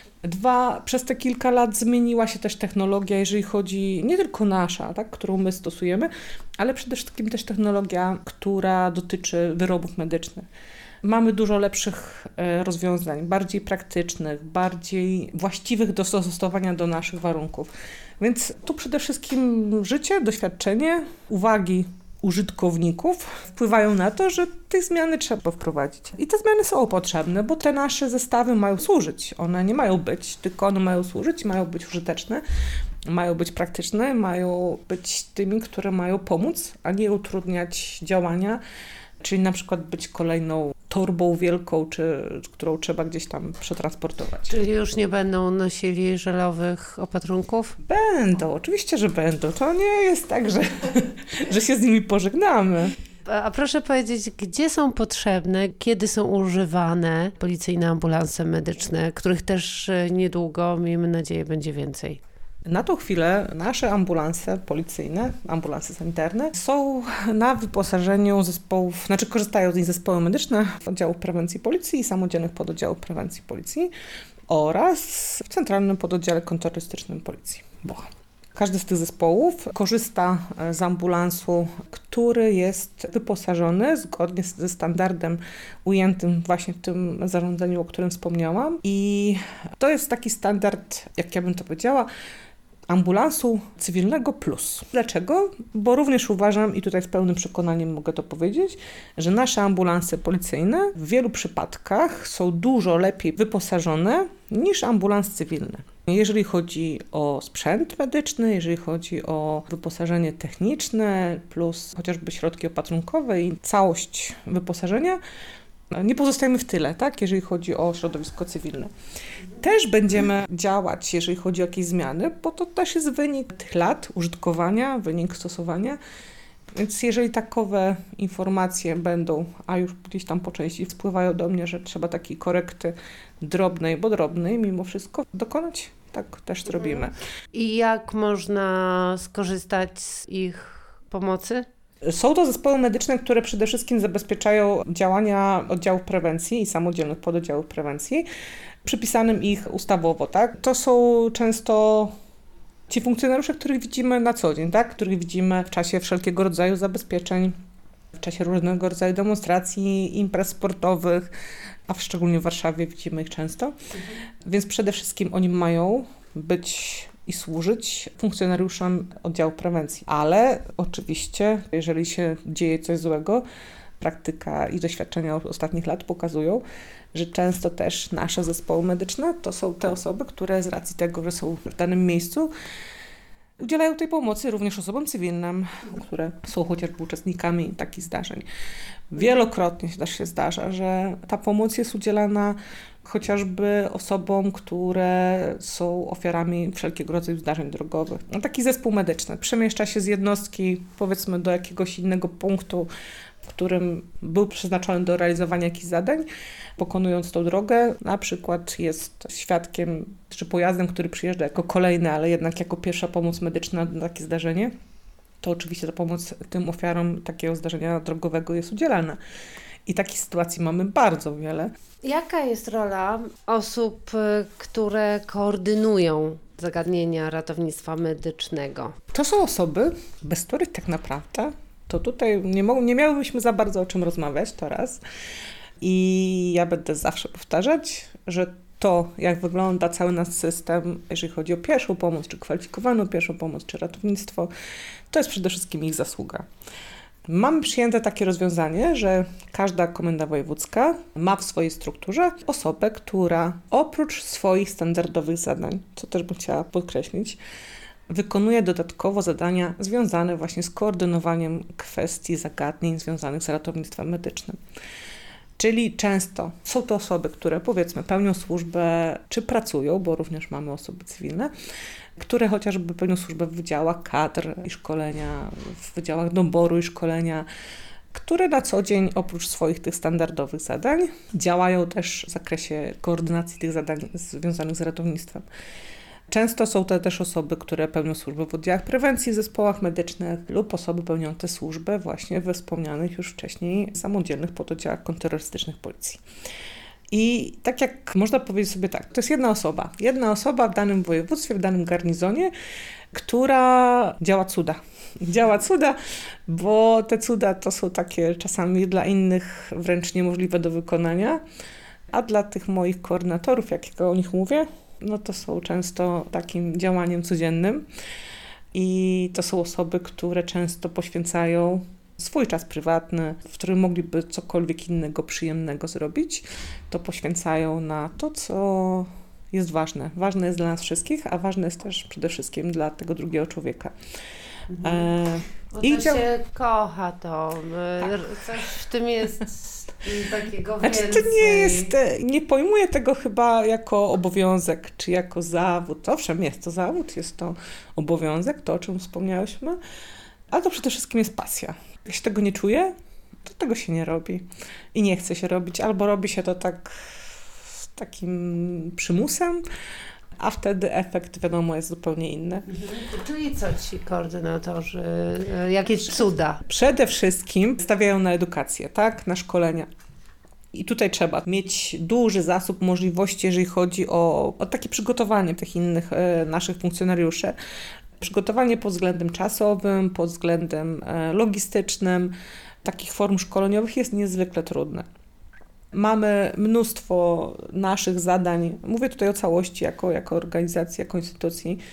Dwa, przez te kilka lat zmieniła się też technologia, jeżeli chodzi nie tylko nasza, tak, którą my stosujemy, ale przede wszystkim też technologia, która dotyczy wyrobów medycznych. Mamy dużo lepszych rozwiązań, bardziej praktycznych, bardziej właściwych do zastosowania do naszych warunków. Więc tu przede wszystkim życie, doświadczenie, uwagi użytkowników wpływają na to, że te zmiany trzeba wprowadzić. I te zmiany są potrzebne, bo te nasze zestawy mają służyć. One nie mają być, tylko one mają służyć, mają być użyteczne, mają być praktyczne, mają być tymi, które mają pomóc, a nie utrudniać działania, czyli na przykład być kolejną torbą wielką, czy, którą trzeba gdzieś tam przetransportować. Czyli już nie będą nosili żelowych opatrunków? Będą, oczywiście, że będą. To nie jest tak, że, że się z nimi pożegnamy. A, a proszę powiedzieć, gdzie są potrzebne, kiedy są używane policyjne ambulanse medyczne, których też niedługo, miejmy nadzieję, będzie więcej? Na tą chwilę nasze ambulanse policyjne, ambulanse sanitarne są na wyposażeniu zespołów, znaczy korzystają z nich zespoły medyczne oddziałów prewencji policji i samodzielnych pododdziałów prewencji policji oraz w centralnym pododdziale kontrterrorystycznym policji Bocha. Każdy z tych zespołów korzysta z ambulansu, który jest wyposażony zgodnie ze standardem ujętym właśnie w tym zarządzeniu, o którym wspomniałam. I to jest taki standard, jak ja bym to powiedziała, ambulansu cywilnego plus. Dlaczego? Bo również uważam, i tutaj z pełnym przekonaniem mogę to powiedzieć, że nasze ambulanse policyjne w wielu przypadkach są dużo lepiej wyposażone niż ambulans cywilny. Jeżeli chodzi o sprzęt medyczny, jeżeli chodzi o wyposażenie techniczne, plus chociażby środki opatrunkowe i całość wyposażenia, nie pozostajemy w tyle, tak, jeżeli chodzi o środowisko cywilne. Też będziemy działać, jeżeli chodzi o jakieś zmiany, bo to też jest wynik tych lat użytkowania, wynik stosowania. Więc jeżeli takowe informacje będą, a już gdzieś tam po części spływają do mnie, że trzeba takiej korekty drobnej, bo drobnej mimo wszystko dokonać, tak też zrobimy. I jak można skorzystać z ich pomocy? Są to zespoły medyczne, które przede wszystkim zabezpieczają działania oddziałów prewencji i samodzielnych pododdziałów prewencji, przypisanym ich ustawowo, tak? To są często ci funkcjonariusze, których widzimy na co dzień, tak? Których widzimy w czasie wszelkiego rodzaju zabezpieczeń, w czasie różnego rodzaju demonstracji, imprez sportowych, a szczególnie w Warszawie widzimy ich często. Mhm. Więc przede wszystkim oni mają być i służyć funkcjonariuszom oddziału prewencji. Ale oczywiście, jeżeli się dzieje coś złego, praktyka i doświadczenia ostatnich lat pokazują, że często też nasze zespoły medyczne to są te osoby, które z racji tego, że są w danym miejscu, udzielają tej pomocy również osobom cywilnym, które są chociażby uczestnikami takich zdarzeń. Wielokrotnie też się zdarza, że ta pomoc jest udzielana chociażby osobom, które są ofiarami wszelkiego rodzaju zdarzeń drogowych. No, taki zespół medyczny przemieszcza się z jednostki, powiedzmy, do jakiegoś innego punktu, w którym był przeznaczony do realizowania jakichś zadań. Pokonując tą drogę, na przykład jest świadkiem czy pojazdem, który przyjeżdża jako kolejny, ale jednak jako pierwsza pomoc medyczna na takie zdarzenie, to oczywiście ta pomoc tym ofiarom takiego zdarzenia drogowego jest udzielana. I takich sytuacji mamy bardzo wiele. Jaka jest rola osób, które koordynują zagadnienia ratownictwa medycznego? To są osoby, bez których tak naprawdę to tutaj nie, mo- nie miałybyśmy za bardzo o czym rozmawiać, to raz. I ja będę zawsze powtarzać, że to, jak wygląda cały nasz system, jeżeli chodzi o pierwszą pomoc, czy kwalifikowaną pierwszą pomoc, czy ratownictwo, to jest przede wszystkim ich zasługa. Mamy przyjęte takie rozwiązanie, że każda komenda wojewódzka ma w swojej strukturze osobę, która oprócz swoich standardowych zadań, co też bym chciała podkreślić, wykonuje dodatkowo zadania związane właśnie z koordynowaniem kwestii, zagadnień związanych z ratownictwem medycznym. Czyli często są to osoby, które powiedzmy pełnią służbę, czy pracują, bo również mamy osoby cywilne, które chociażby pełnią służbę w wydziałach kadr i szkolenia, w wydziałach doboru i szkolenia, które na co dzień oprócz swoich tych standardowych zadań działają też w zakresie koordynacji tych zadań związanych z ratownictwem. Często są to też osoby, które pełnią służbę w oddziałach prewencji, w zespołach medycznych lub osoby pełniące służbę właśnie we wspomnianych już wcześniej samodzielnych pododdziałach kontrterrorystycznych policji. I tak jak można powiedzieć sobie tak, to jest jedna osoba, jedna osoba w danym województwie, w danym garnizonie, która działa cuda. Działa cuda, bo te cuda to są takie czasami dla innych wręcz niemożliwe do wykonania, a dla tych moich koordynatorów, jak ja o nich mówię, no to są często takim działaniem codziennym i to są osoby, które często poświęcają swój czas prywatny, w którym mogliby cokolwiek innego przyjemnego zrobić, to poświęcają na to, co jest ważne. Ważne jest dla nas wszystkich, a ważne jest też przede wszystkim dla tego drugiego człowieka. Mhm. E, Bo to dział... się kocha to, tak. Coś w tym jest takiego znaczy, więcej. To nie jest, nie pojmuję tego chyba jako obowiązek, czy jako zawód. Owszem, jest to zawód, jest to obowiązek, to o czym wspomniałyśmy, ale to przede wszystkim jest pasja. Jak się tego nie czuje, to tego się nie robi i nie chce się robić, albo robi się to tak z takim przymusem, a wtedy efekt, wiadomo, jest zupełnie inny. Mhm. Czyli co ci koordynatorzy, jakie cuda? Przede wszystkim stawiają na edukację, tak, na szkolenia. I tutaj trzeba mieć duży zasób możliwości, jeżeli chodzi o, o takie przygotowanie tych innych e, naszych funkcjonariuszy. Przygotowanie pod względem czasowym, pod względem e, logistycznym takich form szkoleniowych jest niezwykle trudne. Mamy mnóstwo naszych zadań, mówię tutaj o całości jako, jako organizacji, jako instytucji,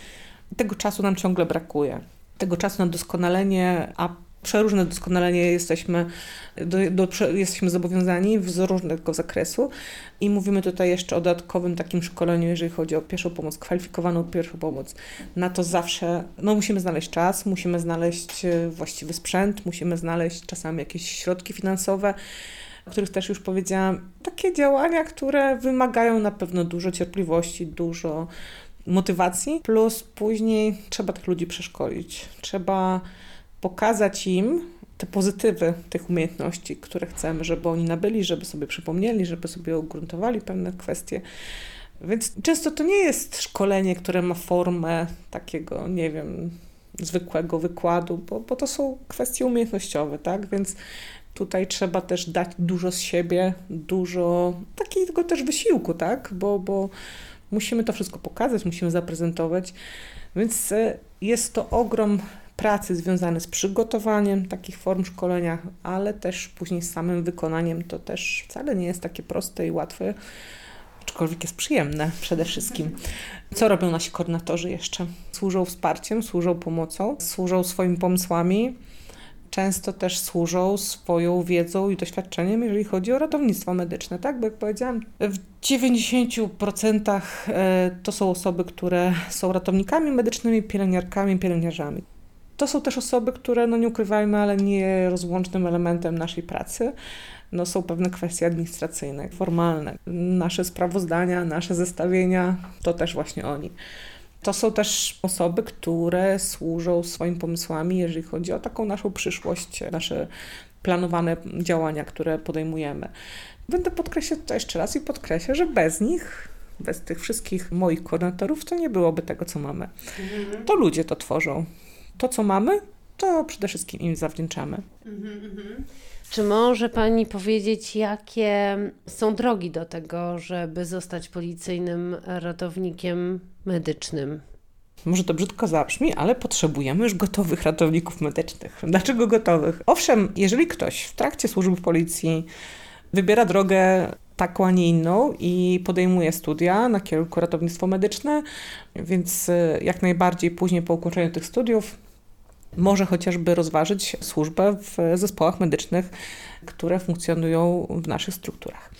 Tego czasu nam ciągle brakuje. Tego czasu na doskonalenie, a przeróżne doskonalenie jesteśmy, do, do, jesteśmy zobowiązani z różnego zakresu i mówimy tutaj jeszcze o dodatkowym takim szkoleniu, jeżeli chodzi o pierwszą pomoc, kwalifikowaną pierwszą pomoc. Na to zawsze, no musimy znaleźć czas, musimy znaleźć właściwy sprzęt, musimy znaleźć czasami jakieś środki finansowe, o których też już powiedziałam. Takie działania, które wymagają na pewno dużo cierpliwości, dużo motywacji, plus później trzeba tych ludzi przeszkolić. Trzeba pokazać im te pozytywy tych umiejętności, które chcemy, żeby oni nabyli, żeby sobie przypomnieli, żeby sobie ugruntowali pewne kwestie. Więc często to nie jest szkolenie, które ma formę takiego, nie wiem, zwykłego wykładu, bo, bo to są kwestie umiejętnościowe, tak? Więc tutaj trzeba też dać dużo z siebie, dużo takiego też wysiłku, tak? Bo, bo musimy to wszystko pokazać, musimy zaprezentować, więc jest to ogrom pracy związane z przygotowaniem takich form szkolenia, ale też później z samym wykonaniem. To też wcale nie jest takie proste i łatwe, aczkolwiek jest przyjemne przede wszystkim. Co robią nasi koordynatorzy jeszcze? Służą wsparciem, służą pomocą, służą swoimi pomysłami, często też służą swoją wiedzą i doświadczeniem, jeżeli chodzi o ratownictwo medyczne, tak? Bo jak powiedziałam, w dziewięćdziesięciu procentach to są osoby, które są ratownikami medycznymi, pielęgniarkami, pielęgniarzami. To są też osoby, które, no nie ukrywajmy, ale nierozłącznym elementem naszej pracy no są pewne kwestie administracyjne, formalne. Nasze sprawozdania, nasze zestawienia, to też właśnie oni. To są też osoby, które służą swoimi pomysłami, jeżeli chodzi o taką naszą przyszłość, nasze planowane działania, które podejmujemy. Będę podkreślać to jeszcze raz i podkreślę, że bez nich, bez tych wszystkich moich koordynatorów, to nie byłoby tego, co mamy. Mhm. To ludzie to tworzą. To, co mamy, to przede wszystkim im zawdzięczamy. Mhm. Czy może Pani powiedzieć, jakie są drogi do tego, żeby zostać policyjnym ratownikiem medycznym? Może to brzydko zabrzmi, ale potrzebujemy już gotowych ratowników medycznych. Dlaczego gotowych? Owszem, jeżeli ktoś w trakcie służby w policji wybiera drogę taką, a nie inną i podejmuje studia na kierunku ratownictwo medyczne, więc jak najbardziej później po ukończeniu tych studiów może chociażby rozważyć służbę w zespołach medycznych, które funkcjonują w naszych strukturach.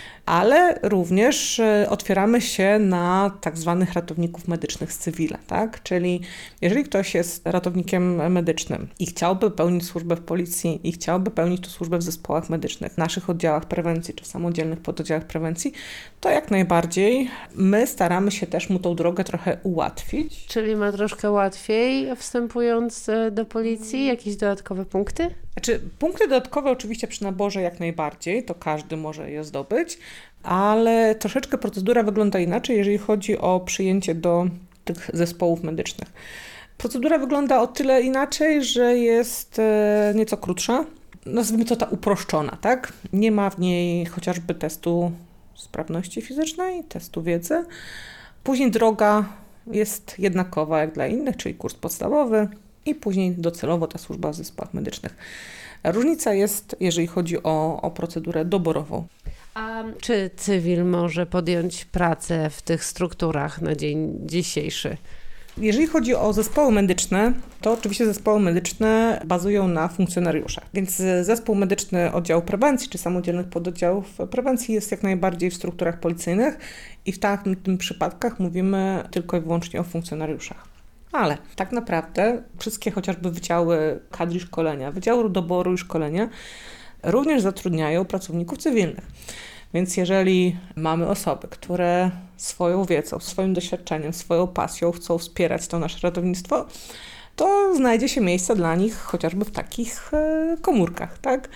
Ale również otwieramy się na tak zwanych ratowników medycznych z cywila, tak? Czyli jeżeli ktoś jest ratownikiem medycznym i chciałby pełnić służbę w policji i chciałby pełnić tę służbę w zespołach medycznych, w naszych oddziałach prewencji czy w samodzielnych pododdziałach prewencji, to jak najbardziej my staramy się też mu tą drogę trochę ułatwić. Czyli ma troszkę łatwiej wstępując do policji? Jakieś dodatkowe punkty? Znaczy, punkty dodatkowe oczywiście przy naborze jak najbardziej, to każdy może je zdobyć, ale troszeczkę procedura wygląda inaczej, jeżeli chodzi o przyjęcie do tych zespołów medycznych. Procedura wygląda o tyle inaczej, że jest nieco krótsza, nazwijmy to ta uproszczona, tak? Nie ma w niej chociażby testu sprawności fizycznej, testu wiedzy. Później droga jest jednakowa jak dla innych, czyli kurs podstawowy, i później docelowo ta służba w zespołach medycznych. Różnica jest, jeżeli chodzi o, o procedurę doborową. A czy cywil może podjąć pracę w tych strukturach na dzień dzisiejszy? Jeżeli chodzi o zespoły medyczne, to oczywiście zespoły medyczne bazują na funkcjonariuszach. Więc zespół medyczny oddziału prewencji czy samodzielnych pododdziałów prewencji jest jak najbardziej w strukturach policyjnych i w takim tym przypadkach mówimy tylko i wyłącznie o funkcjonariuszach. Ale tak naprawdę wszystkie chociażby wydziały kadry szkolenia, wydziały doboru i szkolenia również zatrudniają pracowników cywilnych. Więc jeżeli mamy osoby, które swoją wiedzą, swoim doświadczeniem, swoją pasją chcą wspierać to nasze ratownictwo, to znajdzie się miejsce dla nich chociażby w takich komórkach, tak?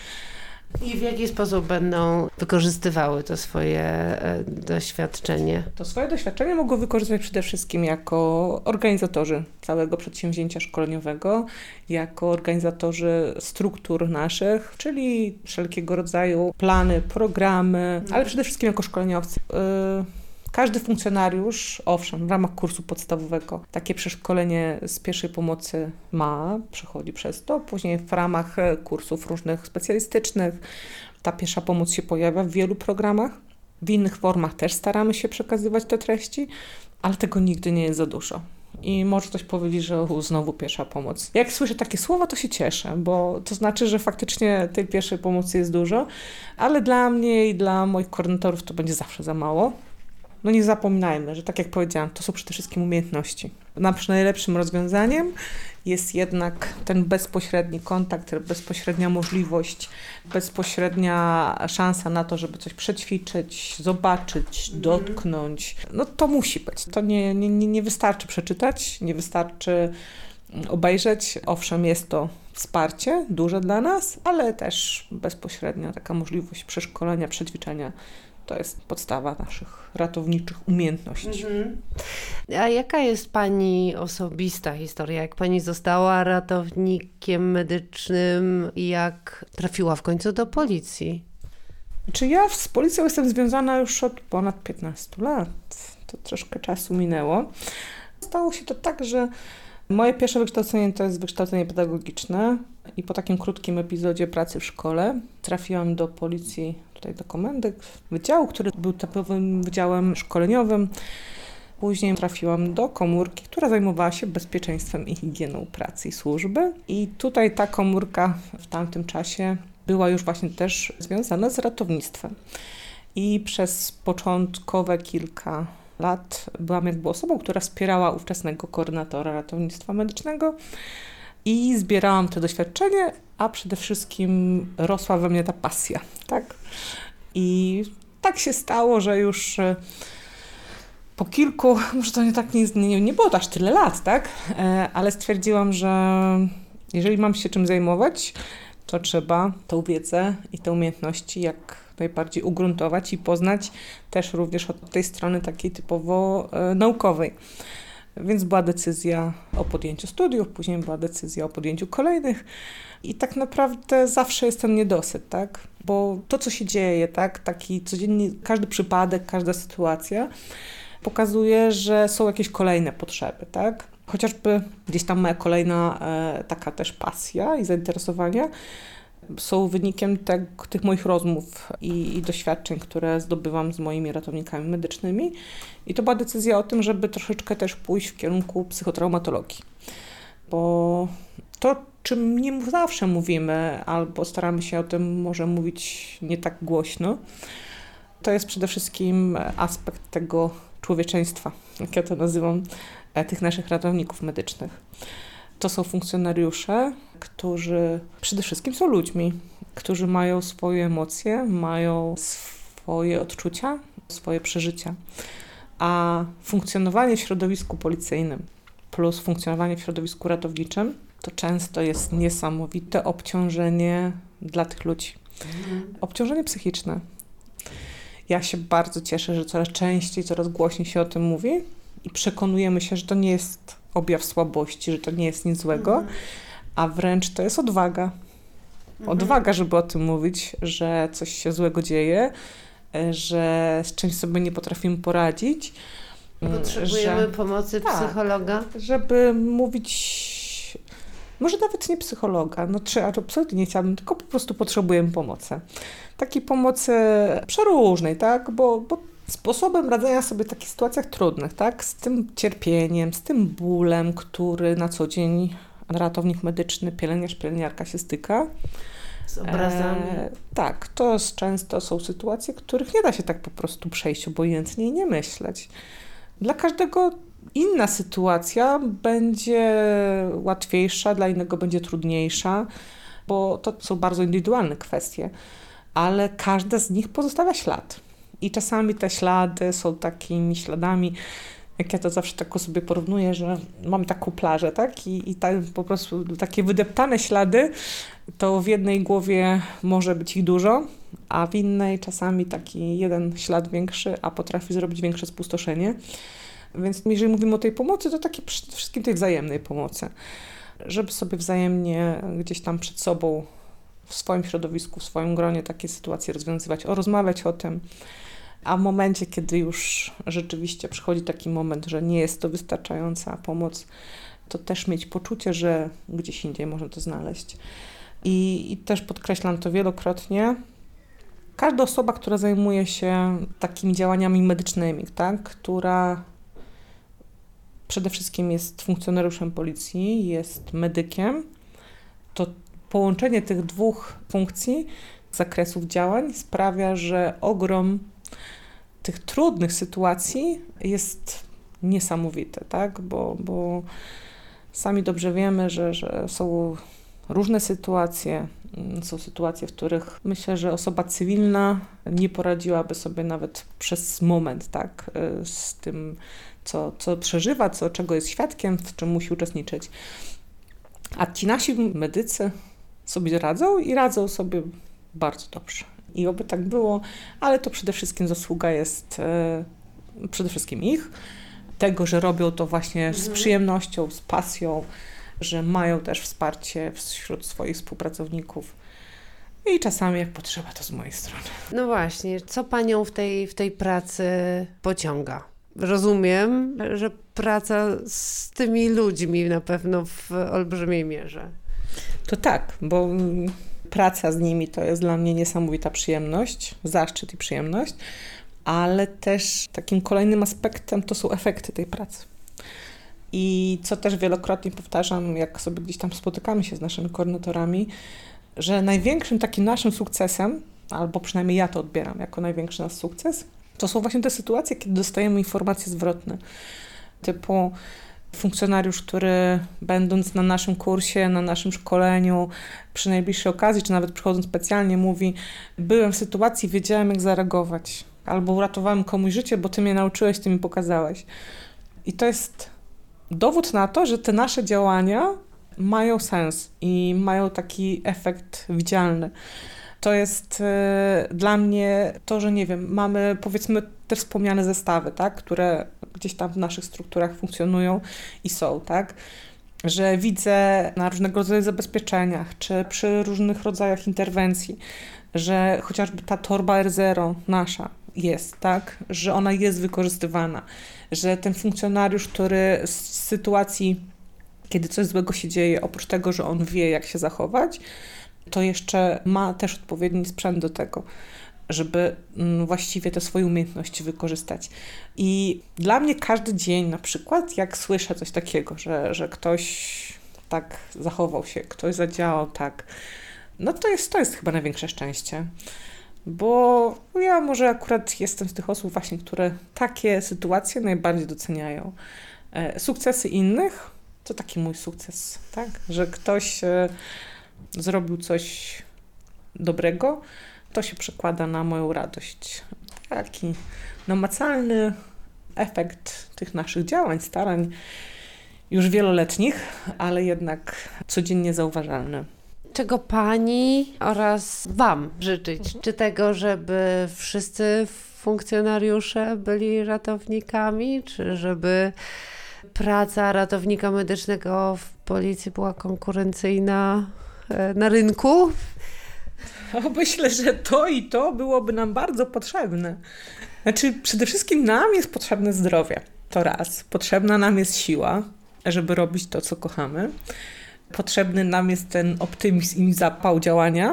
I w jaki sposób będą wykorzystywały to swoje e, doświadczenie? To swoje doświadczenie mogą wykorzystać przede wszystkim jako organizatorzy całego przedsięwzięcia szkoleniowego, jako organizatorzy struktur naszych, czyli wszelkiego rodzaju plany, programy, ale przede wszystkim jako szkoleniowcy. Yy, Każdy funkcjonariusz, owszem, w ramach kursu podstawowego takie przeszkolenie z pierwszej pomocy ma, przechodzi przez to. Później w ramach kursów różnych specjalistycznych ta pierwsza pomoc się pojawia w wielu programach. W innych formach też staramy się przekazywać te treści, ale tego nigdy nie jest za dużo. i może ktoś powiedzieć, że u, znowu pierwsza pomoc. Jak słyszę takie słowa, to się cieszę, bo to znaczy, że faktycznie tej pierwszej pomocy jest dużo, ale dla mnie i dla moich koordynatorów to będzie zawsze za mało. No nie zapominajmy, że tak jak powiedziałam, to są przede wszystkim umiejętności. Naszym najlepszym rozwiązaniem jest jednak ten bezpośredni kontakt, bezpośrednia możliwość, bezpośrednia szansa na to, żeby coś przećwiczyć, zobaczyć, dotknąć. No to musi być. To nie, nie, nie wystarczy przeczytać, nie wystarczy obejrzeć. Owszem, jest to wsparcie duże dla nas, ale też bezpośrednia taka możliwość przeszkolenia, przećwiczenia. To jest podstawa naszych ratowniczych umiejętności. Mhm. A jaka jest Pani osobista historia? Jak Pani została ratownikiem medycznym i jak trafiła w końcu do policji? Czy ja z policją jestem związana już od ponad piętnastu lat. To troszkę czasu minęło. Stało się to tak, że moje pierwsze wykształcenie to jest wykształcenie pedagogiczne i po takim krótkim epizodzie pracy w szkole trafiłam do policji, tutaj do komendy wydziału, który był typowym wydziałem szkoleniowym. Później trafiłam do komórki, która zajmowała się bezpieczeństwem i higieną pracy i służby. I tutaj ta komórka w tamtym czasie była już właśnie też związana z ratownictwem. I przez początkowe kilka lat byłam jakby osobą, która wspierała ówczesnego koordynatora ratownictwa medycznego i zbierałam to doświadczenie, a przede wszystkim rosła we mnie ta pasja, tak? I tak się stało, że już po kilku, może to nie tak nie, nie, nie było to aż tyle lat, tak? Ale stwierdziłam, że jeżeli mam się czym zajmować, to trzeba tą wiedzę i te umiejętności jak najbardziej ugruntować i poznać też również od tej strony takiej typowo e, naukowej. Więc była decyzja o podjęciu studiów, później była decyzja o podjęciu kolejnych i tak naprawdę zawsze jest ten niedosyt, tak? Bo to, co się dzieje, tak? Taki codziennie, każdy przypadek, każda sytuacja pokazuje, że są jakieś kolejne potrzeby, tak? Chociażby gdzieś tam moja kolejna e, taka też pasja i zainteresowania są wynikiem te, tych moich rozmów i, i doświadczeń, które zdobywam z moimi ratownikami medycznymi. I to była decyzja o tym, żeby troszeczkę też pójść w kierunku psychotraumatologii. Bo to, czym nie zawsze mówimy, albo staramy się o tym może mówić nie tak głośno, to jest przede wszystkim aspekt tego człowieczeństwa, jak ja to nazywam, tych naszych ratowników medycznych. To są funkcjonariusze, którzy przede wszystkim są ludźmi, którzy mają swoje emocje, mają swoje odczucia, swoje przeżycia. A funkcjonowanie w środowisku policyjnym plus funkcjonowanie w środowisku ratowniczym to często jest niesamowite obciążenie dla tych ludzi. Mhm. Obciążenie psychiczne. Ja się bardzo cieszę, że coraz częściej, coraz głośniej się o tym mówi i przekonujemy się, że to nie jest objaw słabości, że to nie jest nic złego, mhm. a wręcz to jest odwaga. Odwaga, żeby o tym mówić, że coś się złego dzieje, że z czymś sobie nie potrafimy poradzić. Potrzebujemy że, pomocy tak, psychologa? Żeby mówić, może nawet nie psychologa, no czy absolutnie nie chciałabym, tylko po prostu potrzebujemy pomocy. Takiej pomocy przeróżnej, tak, bo, bo sposobem radzenia sobie w takich sytuacjach trudnych, tak, z tym cierpieniem, z tym bólem, który na co dzień ratownik medyczny, pielęgniarz, pielęgniarka się styka. Z obrazami. E, tak, to jest, często są sytuacje, których nie da się tak po prostu przejść obojętnie i nie myśleć. Dla każdego inna sytuacja będzie łatwiejsza, dla innego będzie trudniejsza, bo to są bardzo indywidualne kwestie, ale każda z nich pozostawia ślad. I czasami te ślady są takimi śladami, jak ja to zawsze tak sobie porównuję, że mam taką plażę, tak? I, i tak po prostu takie wydeptane ślady, to w jednej głowie może być ich dużo, a w innej czasami taki jeden ślad większy, a potrafi zrobić większe spustoszenie. Więc jeżeli mówimy o tej pomocy, to takie przede wszystkim tej wzajemnej pomocy. Żeby sobie wzajemnie gdzieś tam przed sobą, w swoim środowisku, w swoim gronie takie sytuacje rozwiązywać, o, rozmawiać o tym. A w momencie, kiedy już rzeczywiście przychodzi taki moment, że nie jest to wystarczająca pomoc, to też mieć poczucie, że gdzieś indziej można to znaleźć. I, i też podkreślam to wielokrotnie. Każda osoba, która zajmuje się takimi działaniami medycznymi, tak, która przede wszystkim jest funkcjonariuszem policji, jest medykiem, to połączenie tych dwóch funkcji, zakresów działań sprawia, że ogrom tych trudnych sytuacji jest niesamowity, tak? Bo, bo sami dobrze wiemy, że, że są różne sytuacje. Są sytuacje, w których myślę, że osoba cywilna nie poradziłaby sobie nawet przez moment, tak? Z tym, co, co przeżywa, co, czego jest świadkiem, w czym musi uczestniczyć. A ci nasi medycy sobie radzą i radzą sobie bardzo dobrze. I oby tak było, ale to przede wszystkim zasługa jest e, przede wszystkim ich, tego, że robią to właśnie z przyjemnością, z pasją, że mają też wsparcie wśród swoich współpracowników. I czasami jak potrzeba, to z mojej strony. No właśnie, co panią w tej, w tej pracy pociąga? Rozumiem, że praca z tymi ludźmi na pewno w olbrzymiej mierze. To tak, bo praca z nimi to jest dla mnie niesamowita przyjemność, zaszczyt i przyjemność, ale też takim kolejnym aspektem to są efekty tej pracy. I co też wielokrotnie powtarzam, jak sobie gdzieś tam spotykamy się z naszymi koordynatorami, że największym takim naszym sukcesem, albo przynajmniej ja to odbieram jako największy nasz sukces, to są właśnie te sytuacje, kiedy dostajemy informacje zwrotne, typu funkcjonariusz, który będąc na naszym kursie, na naszym szkoleniu, przy najbliższej okazji, czy nawet przychodząc specjalnie, mówi: byłem w sytuacji, wiedziałem jak zareagować, albo uratowałem komuś życie, bo ty mnie nauczyłeś, ty mi pokazałeś. I to jest dowód na to, że te nasze działania mają sens i mają taki efekt widzialny. To jest y, dla mnie to, że nie wiem, mamy powiedzmy te wspomniane zestawy, tak, które gdzieś tam w naszych strukturach funkcjonują i są, tak, że widzę na różnego rodzaju zabezpieczeniach, czy przy różnych rodzajach interwencji, że chociażby ta torba R zero nasza jest, tak, że ona jest wykorzystywana, że ten funkcjonariusz, który z sytuacji, kiedy coś złego się dzieje, oprócz tego, że on wie, jak się zachować, to jeszcze ma też odpowiedni sprzęt do tego, żeby właściwie te swoje umiejętności wykorzystać. I dla mnie każdy dzień na przykład, jak słyszę coś takiego, że, że ktoś tak zachował się, ktoś zadziałał tak, no to jest, to jest chyba największe szczęście. Bo ja może akurat jestem z tych osób właśnie, które takie sytuacje najbardziej doceniają. Sukcesy innych to taki mój sukces, tak? Że ktoś zrobił coś dobrego, to się przekłada na moją radość. Taki namacalny efekt tych naszych działań, starań już wieloletnich, ale jednak codziennie zauważalny. Czego pani oraz wam życzyć? Czy tego, żeby wszyscy funkcjonariusze byli ratownikami, czy żeby praca ratownika medycznego w policji była konkurencyjna na rynku? O, myślę, że to i to byłoby nam bardzo potrzebne. Znaczy, przede wszystkim nam jest potrzebne zdrowie. To raz. Potrzebna nam jest siła, żeby robić to, co kochamy. Potrzebny nam jest ten optymizm i zapał działania.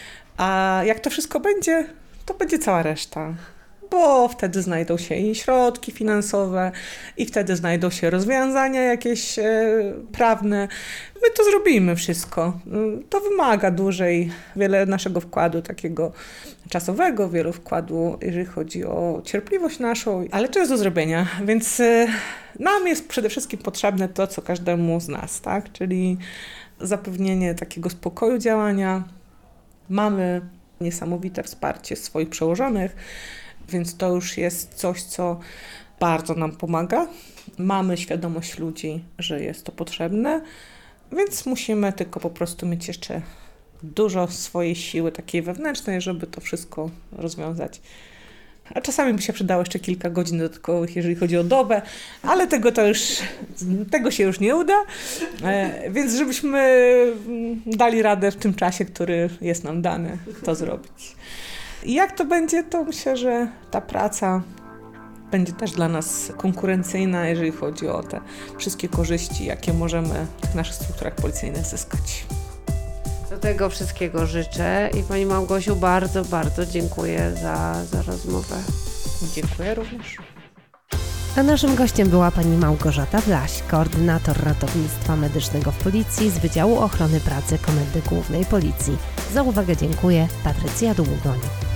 A jak to wszystko będzie, to będzie cała reszta. Bo wtedy znajdą się i środki finansowe, i wtedy znajdą się rozwiązania jakieś e, prawne. My to zrobimy wszystko. To wymaga dłużej, wiele naszego wkładu takiego czasowego, wielu wkładu, jeżeli chodzi o cierpliwość naszą, ale to jest do zrobienia, więc e, nam jest przede wszystkim potrzebne to, co każdemu z nas, tak? Czyli zapewnienie takiego spokoju działania. Mamy niesamowite wsparcie swoich przełożonych, więc to już jest coś, co bardzo nam pomaga. Mamy świadomość ludzi, że jest to potrzebne, więc musimy tylko po prostu mieć jeszcze dużo swojej siły takiej wewnętrznej, żeby to wszystko rozwiązać. A czasami by się przydało jeszcze kilka godzin dodatkowych, jeżeli chodzi o dobę, ale tego to już, tego się już nie uda, e, więc żebyśmy dali radę w tym czasie, który jest nam dany, to zrobić. I jak to będzie, to myślę, że ta praca będzie też dla nas konkurencyjna, jeżeli chodzi o te wszystkie korzyści, jakie możemy w tych naszych strukturach policyjnych zyskać. Do tego wszystkiego życzę i Pani Małgosiu bardzo, bardzo dziękuję za, za rozmowę. Dziękuję również. A naszym gościem była pani Małgorzata Wlaś, koordynator ratownictwa medycznego w Policji z Wydziału Ochrony Pracy Komendy Głównej Policji. Za uwagę dziękuję. Patrycja Długoń.